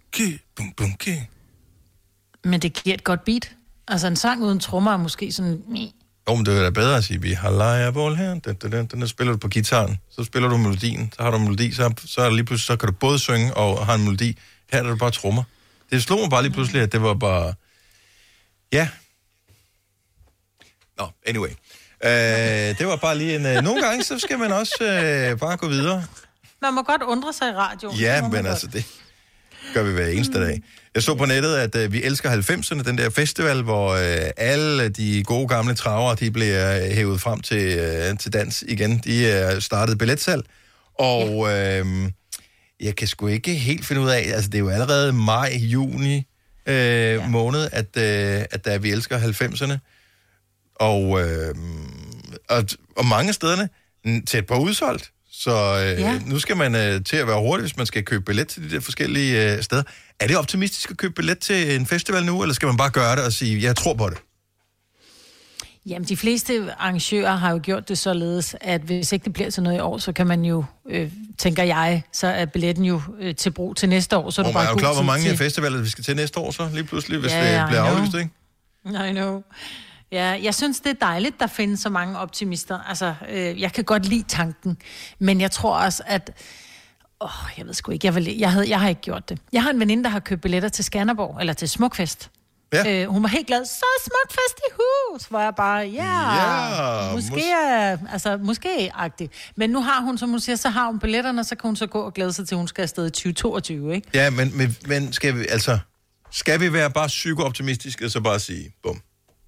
Men det giver et godt beat. Altså, en sang uden trommer er måske sådan... Jo, men det er da bedre at sige, vi har lejrebål her. Den, den, den, den spiller du på gitaren. Så spiller du melodien. Så har du en melodi, så, så, er lige pludselig, så kan du både synge og have en melodi. Her er det bare trommer. Det slog mig bare lige pludselig, at det var bare... Ja. Nå, no, anyway. Uh, det var bare lige en... Uh, nogle gange, så skal man også uh, bare gå videre. Man må godt undre sig i radioen. Ja, men altså, det gør vi hver eneste dag. Jeg så på nettet, at uh, vi elsker halvfemserne, den der festival, hvor uh, alle de gode gamle travere, de bliver hævet frem til, uh, til dans igen. De uh, startede billetsalg, og ja. uh, jeg kan sgu ikke helt finde ud af... Altså, det er jo allerede maj, juni... Øh, ja. måned, at, øh, at der vi elsker halvfemserne. Og, øh, og, og mange af stederne tæt på udsolgt. Så øh, ja. nu skal man øh, til at være hurtig, hvis man skal købe billet til de der forskellige øh, steder. Er det optimistisk at købe billet til en festival nu, eller skal man bare gøre det og sige, jeg tror på det? Jamen, de fleste arrangører har jo gjort det således, at hvis ikke det bliver til noget i år, så kan man jo, øh, tænker jeg, så er billetten jo øh, til brug til næste år. Så er og du bare man er jo klar, hvor mange til... festivaler vi skal til næste år så, lige pludselig, hvis ja, det bliver aflyst, ikke? I know. Ja, jeg synes, det er dejligt, der findes så mange optimister. Altså, øh, jeg kan godt lide tanken, men jeg tror også, at... Åh, jeg ved sgu ikke, jeg, vil, jeg, havde, jeg har ikke gjort det. Jeg har en veninde, der har købt billetter til Skanderborg, eller til Smukfest. Ja. Øh, hun var helt glad. Så smukt fest i hus. Hvor jeg bare, ja, Ja, måske mås- er, altså, måske-agtigt. Men nu har hun, som hun siger, så har hun billetterne, så kan hun så gå og glæde sig til, at hun skal afsted i tyve toogtyve, ikke? Ja, men, men, men skal vi, altså, skal vi være bare psykooptimistiske, og så bare sige, bum.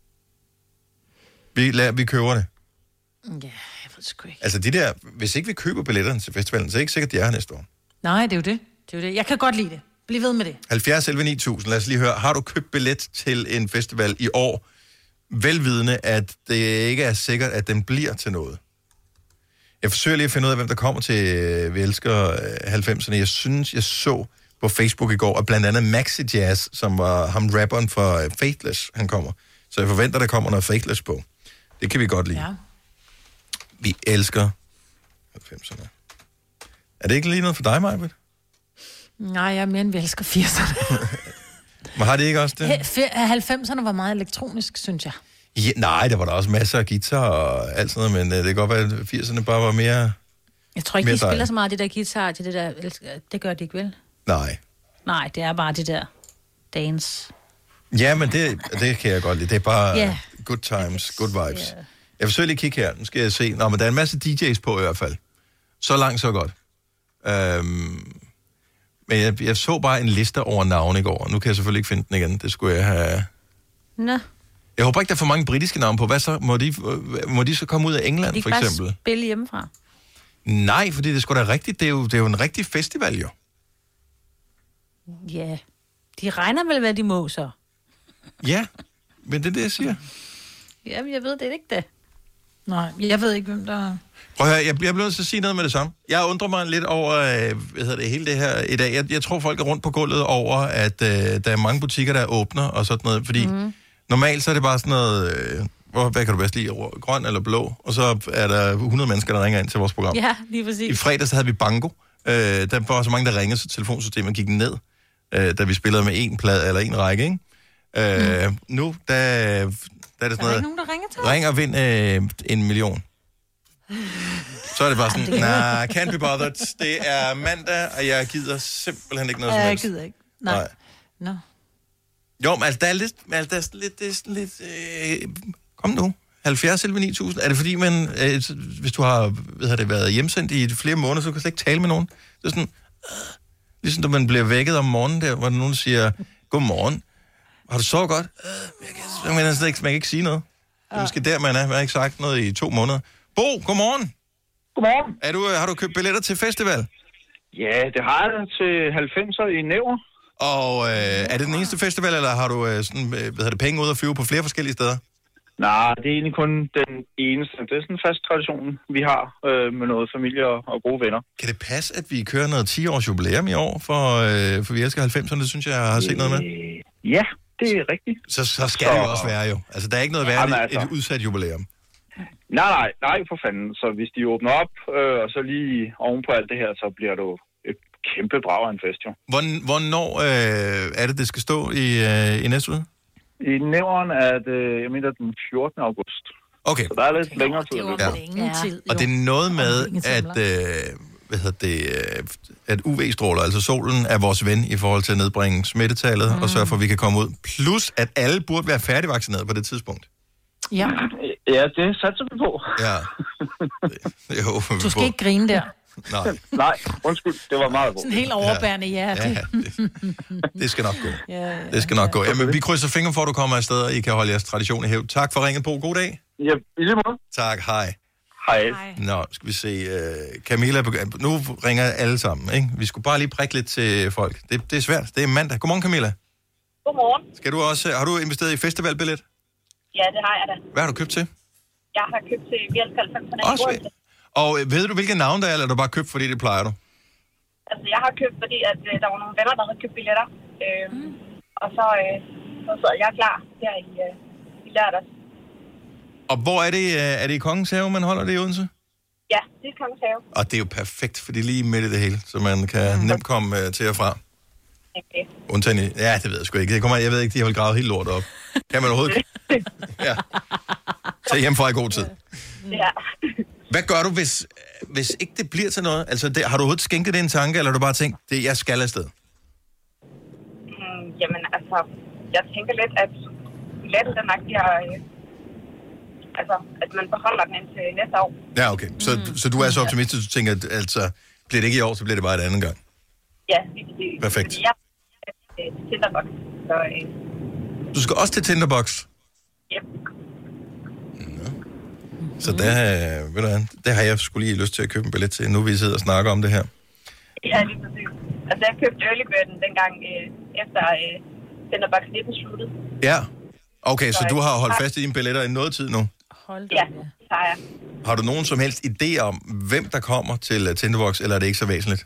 Vi, lader, vi køber det. Ja, jeg ved sgu ikke. Altså de der, hvis ikke vi køber billetterne til festivalen, så er det ikke sikkert, de er her næste år. Nej, det er jo det. Det er jo det. Jeg kan godt lide det. Bliv ved med det. halvfjerds elleve ni tusind, lad os lige høre. Har du købt billet til en festival i år, velvidende, at det ikke er sikkert, at den bliver til noget? Jeg forsøger lige at finde ud af, hvem der kommer til Vi elsker halvfemserne. Jeg synes, jeg så på Facebook i går, at blandt andet Maxi Jazz, som var ham rapperen for Faithless, han kommer. Så jeg forventer, der kommer noget Faithless på. Det kan vi godt lide. Ja. Vi elsker halvfemserne. Er det ikke lige noget for dig, Majbet? Nej, jeg er mere end vi elsker firserne. Men har det ikke også det? He- halvfemserne var meget elektronisk, synes jeg. Ja, nej, der var der også masser af guitar og alt sådan noget, men uh, det kan godt være, at firserne bare var mere... Jeg tror ikke, de spiller så meget det der guitar til det der... Det gør de ikke, vel? Nej. Nej, det er bare det der dance. Ja, men det, det kan jeg godt lide. Det er bare Yeah. good times, good vibes. Yeah. Jeg forsøger lige at kigge her. Nu skal jeg se. Nå, men der er en masse D J's på i hvert fald. Så langt, så godt. Øhm, men jeg, jeg så bare en liste over navne i går. Nu kan jeg selvfølgelig ikke finde den igen. Det skulle jeg have... Nå. Jeg håber ikke, der er for mange britiske navne på. Hvad så? Må de, må de så komme ud af England, de for eksempel? De kan bare spille hjemmefra. Nej, fordi det er sgu da rigtigt. Det er jo, det er jo en rigtig festival, jo. Ja. De regner vel, hvad de må så. Ja, men det er det, jeg siger. Jamen, jeg ved det ikke det. Nej, jeg ved ikke, hvem der... Prøv at høre, jeg, jeg bliver nødt til at sige noget med det samme. Jeg undrer mig lidt over, øh, hvad hedder det, hele det her i dag. Jeg, jeg tror, folk er rundt på gulvet over, at øh, der er mange butikker, der åbner og sådan noget. Fordi mm. normalt så er det bare sådan noget, øh, hvor, hvad kan du bedst lide, grøn eller blå? Og så er der hundrede mennesker, der ringer ind til vores program. Ja, lige præcis. I fredags havde vi bango. Øh, der var så mange, der ringede, så telefonsystemet gik ned, øh, da vi spillede med en plade eller en række, ikke? Øh, mm. Nu, der, der er det sådan noget... Er der ikke nogen, der ringer til os? Ring og vind øh, en million. Så er det bare sådan, nah, can't be bothered. Det er mandag, og jeg gider simpelthen ikke noget som Ja, jeg helst. gider ikke. Nej. Nej. Nå. Jo, men altså, der er lidt... Altså, der er sådan lidt, det er sådan lidt øh, kom nu. halvfjerds elleve ni tusind. Er det fordi, man... Øh, hvis du har hvad har det, været hjemsendt i flere måneder, så kan du slet ikke tale med nogen. Det er sådan... Øh, ligesom når man bliver vækket om morgenen der, hvor nogen siger, godmorgen. Har du sovet godt? Øh, jeg kan, man, kan ikke, man kan ikke sige noget. Det er måske der, man er. Man har ikke sagt noget i to måneder. Bo, godmorgen. Godmorgen. Er du, har du købt billetter til festival? Ja, det har jeg til halvfemser i Næver. Og øh, er det den eneste festival, eller har du øh, sådan, hvad hedder det, penge ud at flyve på flere forskellige steder? Nej, det er egentlig kun den eneste. Det er sådan en fast tradition, vi har øh, med noget familie og, og gode venner. Kan det passe, at vi kører noget ti års jubilæum i år for, øh, for Vi elsker halvfemserne? Det synes jeg, jeg har set noget med. Øh, ja, det er rigtigt. Så, så skal så... det jo også være jo. Altså, der er ikke noget værre end altså... et udsat jubilæum. Nej, nej, nej for fanden. Så hvis de åbner op, øh, og så lige oven på alt det her, så bliver det jo et kæmpe brag af en fest, jo. Hvornår øh, er det, det skal stå i, øh, i næste uge? I Nævren er det, jeg mener, den fjortende august. Okay. Så der er lidt længere tid. Det var længe tid. Og det er noget med, at, øh, hvad hedder det, øh, at U V-stråler, altså solen, er vores ven i forhold til at nedbringe smittetallet, mm. og sørge for, at vi kan komme ud. Plus, at alle burde være færdigvaccineret på det tidspunkt. Ja. Ja, det satser vi på. Ja. Det, jo, du skal ikke grine der. Nej. Nej, undskyld, det var meget godt. Sådan helt overbærende, ja. Ja, ja det, det skal nok gå. Ja, ja, det skal nok ja, gå. Jamen, vi krydser fingre for, at du kommer afsted, og I kan holde jeres tradition i hævd. Tak for ringet på. God dag. Ja, i lige måde. Tak, hej. Hej. Nå, skal vi se. Uh, Camilla, nu ringer alle sammen, ikke? Vi skulle bare lige prikke lidt til folk. Det, det er svært. Det er mandag. Godmorgen, Camilla. Godmorgen. Skal du også, har du investeret i festivalbillet? Ja, det har jeg da. Hvad har du købt til? Jeg har købt til Vi elsker halvfemserne i Odense. Og ved du, hvilke navn der er, eller er du bare købt, fordi det plejer du? Altså, jeg har købt, fordi at, øh, der var nogle venner, der havde købt billetter. Øh, mm. Og så, øh, så sad jeg klar her i, øh, i lørdags. Og hvor er det? Øh, er det i Kongens Have, man holder det i Odense? Ja, det er Kongens Have. Og det er jo perfekt, for det er lige midt i det hele, så man kan mm. nemt komme øh, til og fra. Okay. Undtagen i, ja, det ved jeg sgu ikke. Det kommer, jeg ved ikke, de har vel gravet helt lortet op. Kan man overhovedet? Ja. Tag hjem fra i god tid. Ja. Hvad gør du, hvis, hvis ikke det bliver til noget? Altså, det, har du overhovedet skænket det en tanke, eller har du bare tænkt, det jeg skal afsted? Mm, jamen, altså, jeg tænker lidt, at billetten den nok bliver... Øh, altså, at man beholder den indtil næste år. Ja, okay. Så, mm. så du er så optimistisk, du tænker, at altså, bliver det ikke i år, så bliver det bare et andet gang? Ja, det er perfekt. Fordi jeg er til Tinderbox. Så, øh... Du skal også til Tinderbox? Yep. Nå. Så der, øh, ved du hvad, der har jeg sgu lige lyst til at købe en billet til, nu vi sidder og snakker om det her. Ja, lige præcis. Altså, jeg købte early birden dengang øh, efter øh, Tinderbox nitten sluttede. Ja. Okay, så, så du har holdt fast i dine billetter i noget tid nu? Hold da. Ja, det har jeg. Har du nogen som helst idé om, hvem der kommer til uh, Tinderbox, eller er det ikke så væsentligt?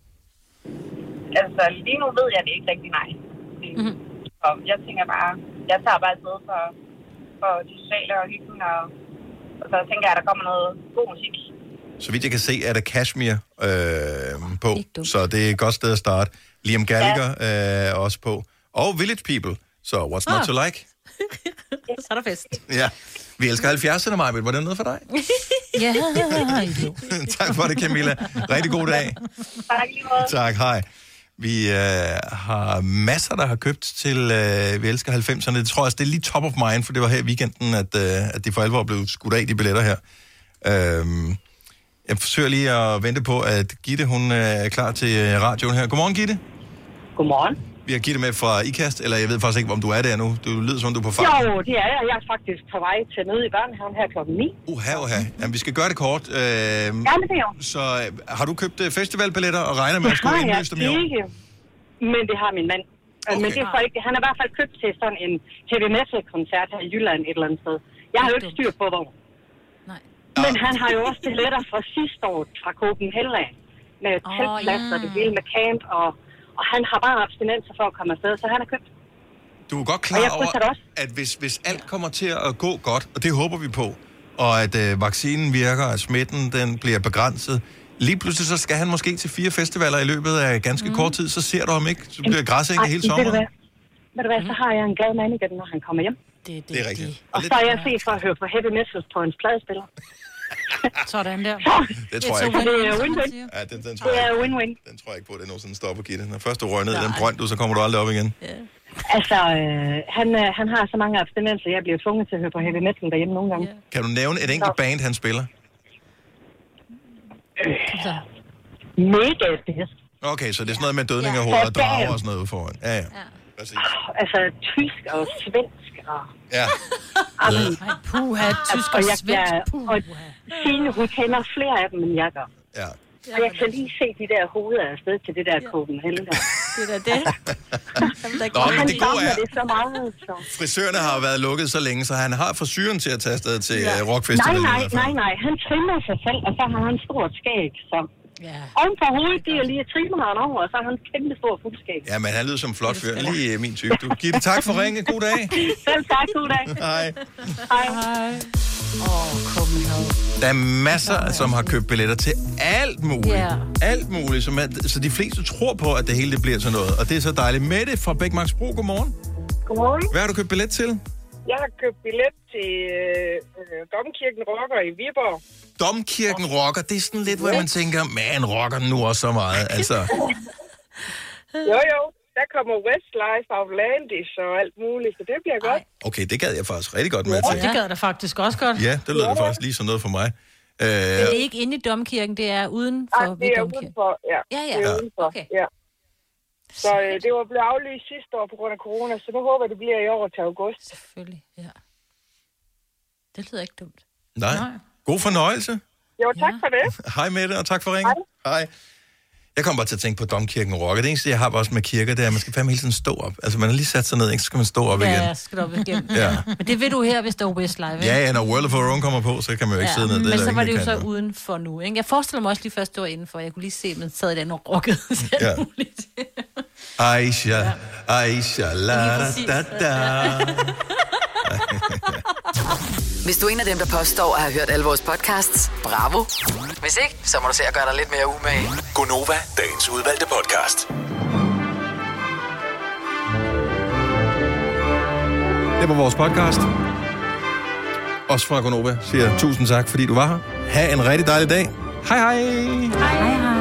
Altså, lige nu ved jeg det ikke rigtig, nej. Mm-hmm. Og jeg tænker bare, jeg tager bare afsted for, for de sociale og hyggen, og, og så tænker jeg, at der kommer noget god musik. Så vidt jeg kan se, er der Kashmir øh, på, så det er et godt sted at starte. Liam Gallagher ja. er også på. Og Village People, så what's not ah. to like? Så er der fest. Ja. Vi elsker halvfjerdserne, Majbet. Var det noget for dig? Ja. Tak for det, Camilla. Rigtig god dag. Tak lige måde. Tak, hej. Vi øh, har masser, der har købt til øh, Vi elsker halvfemserne. Det tror jeg også, det er lige top of mind, for det var her i weekenden, at, øh, at de for alvor blev skudt af, de billetter her. Øh, jeg forsøger lige at vente på, at Gitte, hun er klar til radioen her. Godmorgen, Gitte. Godmorgen. Vi har Gitte med fra IKAST, eller jeg ved faktisk ikke, om du er der nu. Du lyder som, du er på fart. Jo, det er jeg. Jeg er faktisk på vej til møde i børnehaven her klokken ni. Uha, uha. Jamen, vi skal gøre det kort. Øh, ja, det er jo. Så øh, har du købt festivalbilletter og regner med at skulle indløse dem i år? Ikke, men det har min mand. Okay. Men det er for ikke, han har i hvert fald købt til sådan en heavy metal-koncert her i Jylland et eller andet sted. Jeg har jo ikke styr på, hvor. Nej. Men han har jo også billetter fra sidste år fra Copenhagen med oh, teltplads og det hele med camp og... Og han har bare abstinenser for at komme afsted, så han har købt. Du er godt klar over, at hvis, hvis alt kommer til at gå godt, og det håber vi på, og at øh, vaccinen virker, at smitten den bliver begrænset, lige pludselig så skal han måske til fire festivaler i løbet af ganske mm. kort tid, så ser du ham ikke. Så bliver græsænke hele sommeren. Ved du hvad, ved du hvad så har jeg en glad mand igen, når han kommer hjem. Det, det, det er rigtigt. Og så er jeg set for at høre på heavy metal på en pladespiller. Sådan der. Det tror jeg ikke. Det er win-win. Ja, den, den tror det jeg er win-win. Den tror jeg ikke på, at det nogensinde stopper, Gitte. Når først du rører ned i den brønd, du, så kommer du aldrig op igen. Yeah. Altså, øh, han, øh, han har så mange abstinenser, jeg bliver tvunget til at høre på heavy metal derhjemme nogle gange. Yeah. Kan du nævne et enkelt band, han spiller? Øh, mega bedst. Okay, så det er sådan noget med dødninger, ja. Hoved og drager og sådan noget foran. Ja, ja. Præcis. Altså, tysk og svensk og... Ja. Amen. Puha, tysk og, og svensk. Puha. Og Signe, hun kender flere af dem, end jeg gør. Ja. Og jeg kan lige se de der hoveder afsted til det der Copenhagen der. Det er det. Nå, men det gode er, det så meget, så. Frisørerne har været lukket så længe, så han har frisyren til at tage afsted til ja. rockfestivalen. Nej, nej, nej, nej. Han trimmer sig selv, og så har han stort skæg, så... Ja. Oven på hovedet, det er lige trimmerharen over, og så har han kæmpe stor fuldskæg. Ja, men han lyder som en flot fyr. Lige min type. Du giver det tak for ringe. God dag. Selv tak, god dag. Hej. Hej. Hej. Åh, kom her. Der er masser, som har købt billetter til alt muligt. Yeah. Alt muligt. Som er, så de fleste tror på, at det hele det bliver sådan noget. Og det er så dejligt. Mette fra Bækmarksbro, godmorgen. Godmorgen. Hvad har du købt billet til? Jeg har købt billet til øh, Domkirken Rocker i Viborg. Domkirken Rocker, det er sådan lidt, hvor man tænker, man rocker den nu også så meget, altså. Jo, jo. Der kommer Westlife, Outlandish og alt muligt, så det bliver godt. Okay, det gad jeg faktisk rigtig godt med ja, til. Det gad der faktisk også godt. Ja, det lød ja. faktisk lige som noget for mig. Øh, Men det er ikke inde i Domkirken, det er uden for Nej, det er udenfor, ja. Ja, ja. Det er udenfor, okay. ja. Så øh, det var blevet aflyst sidste år på grund af corona, så nu håber jeg, det bliver i år til august. Selvfølgelig, ja. Det lyder ikke dumt. Nej. Nej. God fornøjelse. Jo, tak ja. for det. Hej Mette, og tak for ringen. Hej. Hej. Jeg kommer bare til at tænke på Domkirken Rocker. Det eneste, jeg har også med kirker, det er, at man skal fandme hele tiden stå op. Altså, man har lige sat sig ned, ikke? Så skal man stå op ja, igen. Ja, skal op igen. Ja. Men det vil du her, hvis der er Westlife, ikke? Ja, ja, når World of Our Own kommer på, så kan man jo ikke ja, sidde ned. Det men så ingen, var det jo så nu. udenfor nu, ikke? Jeg forestiller mig også lige først, det var indenfor. Jeg kunne lige se, at man sad i den og rockede. Ja. Aisha, Aisha, la da da da. Hvis du er en af dem, der påstår at have hørt alle vores podcasts, bravo. Hvis ikke, så må du se at gøre dig lidt mere umage. Gonova, dagens udvalgte podcast. Det var vores podcast. Også fra Gonova siger tusind tak, fordi du var her. Ha' en rigtig dejlig dag. Hej hej. Hej hej.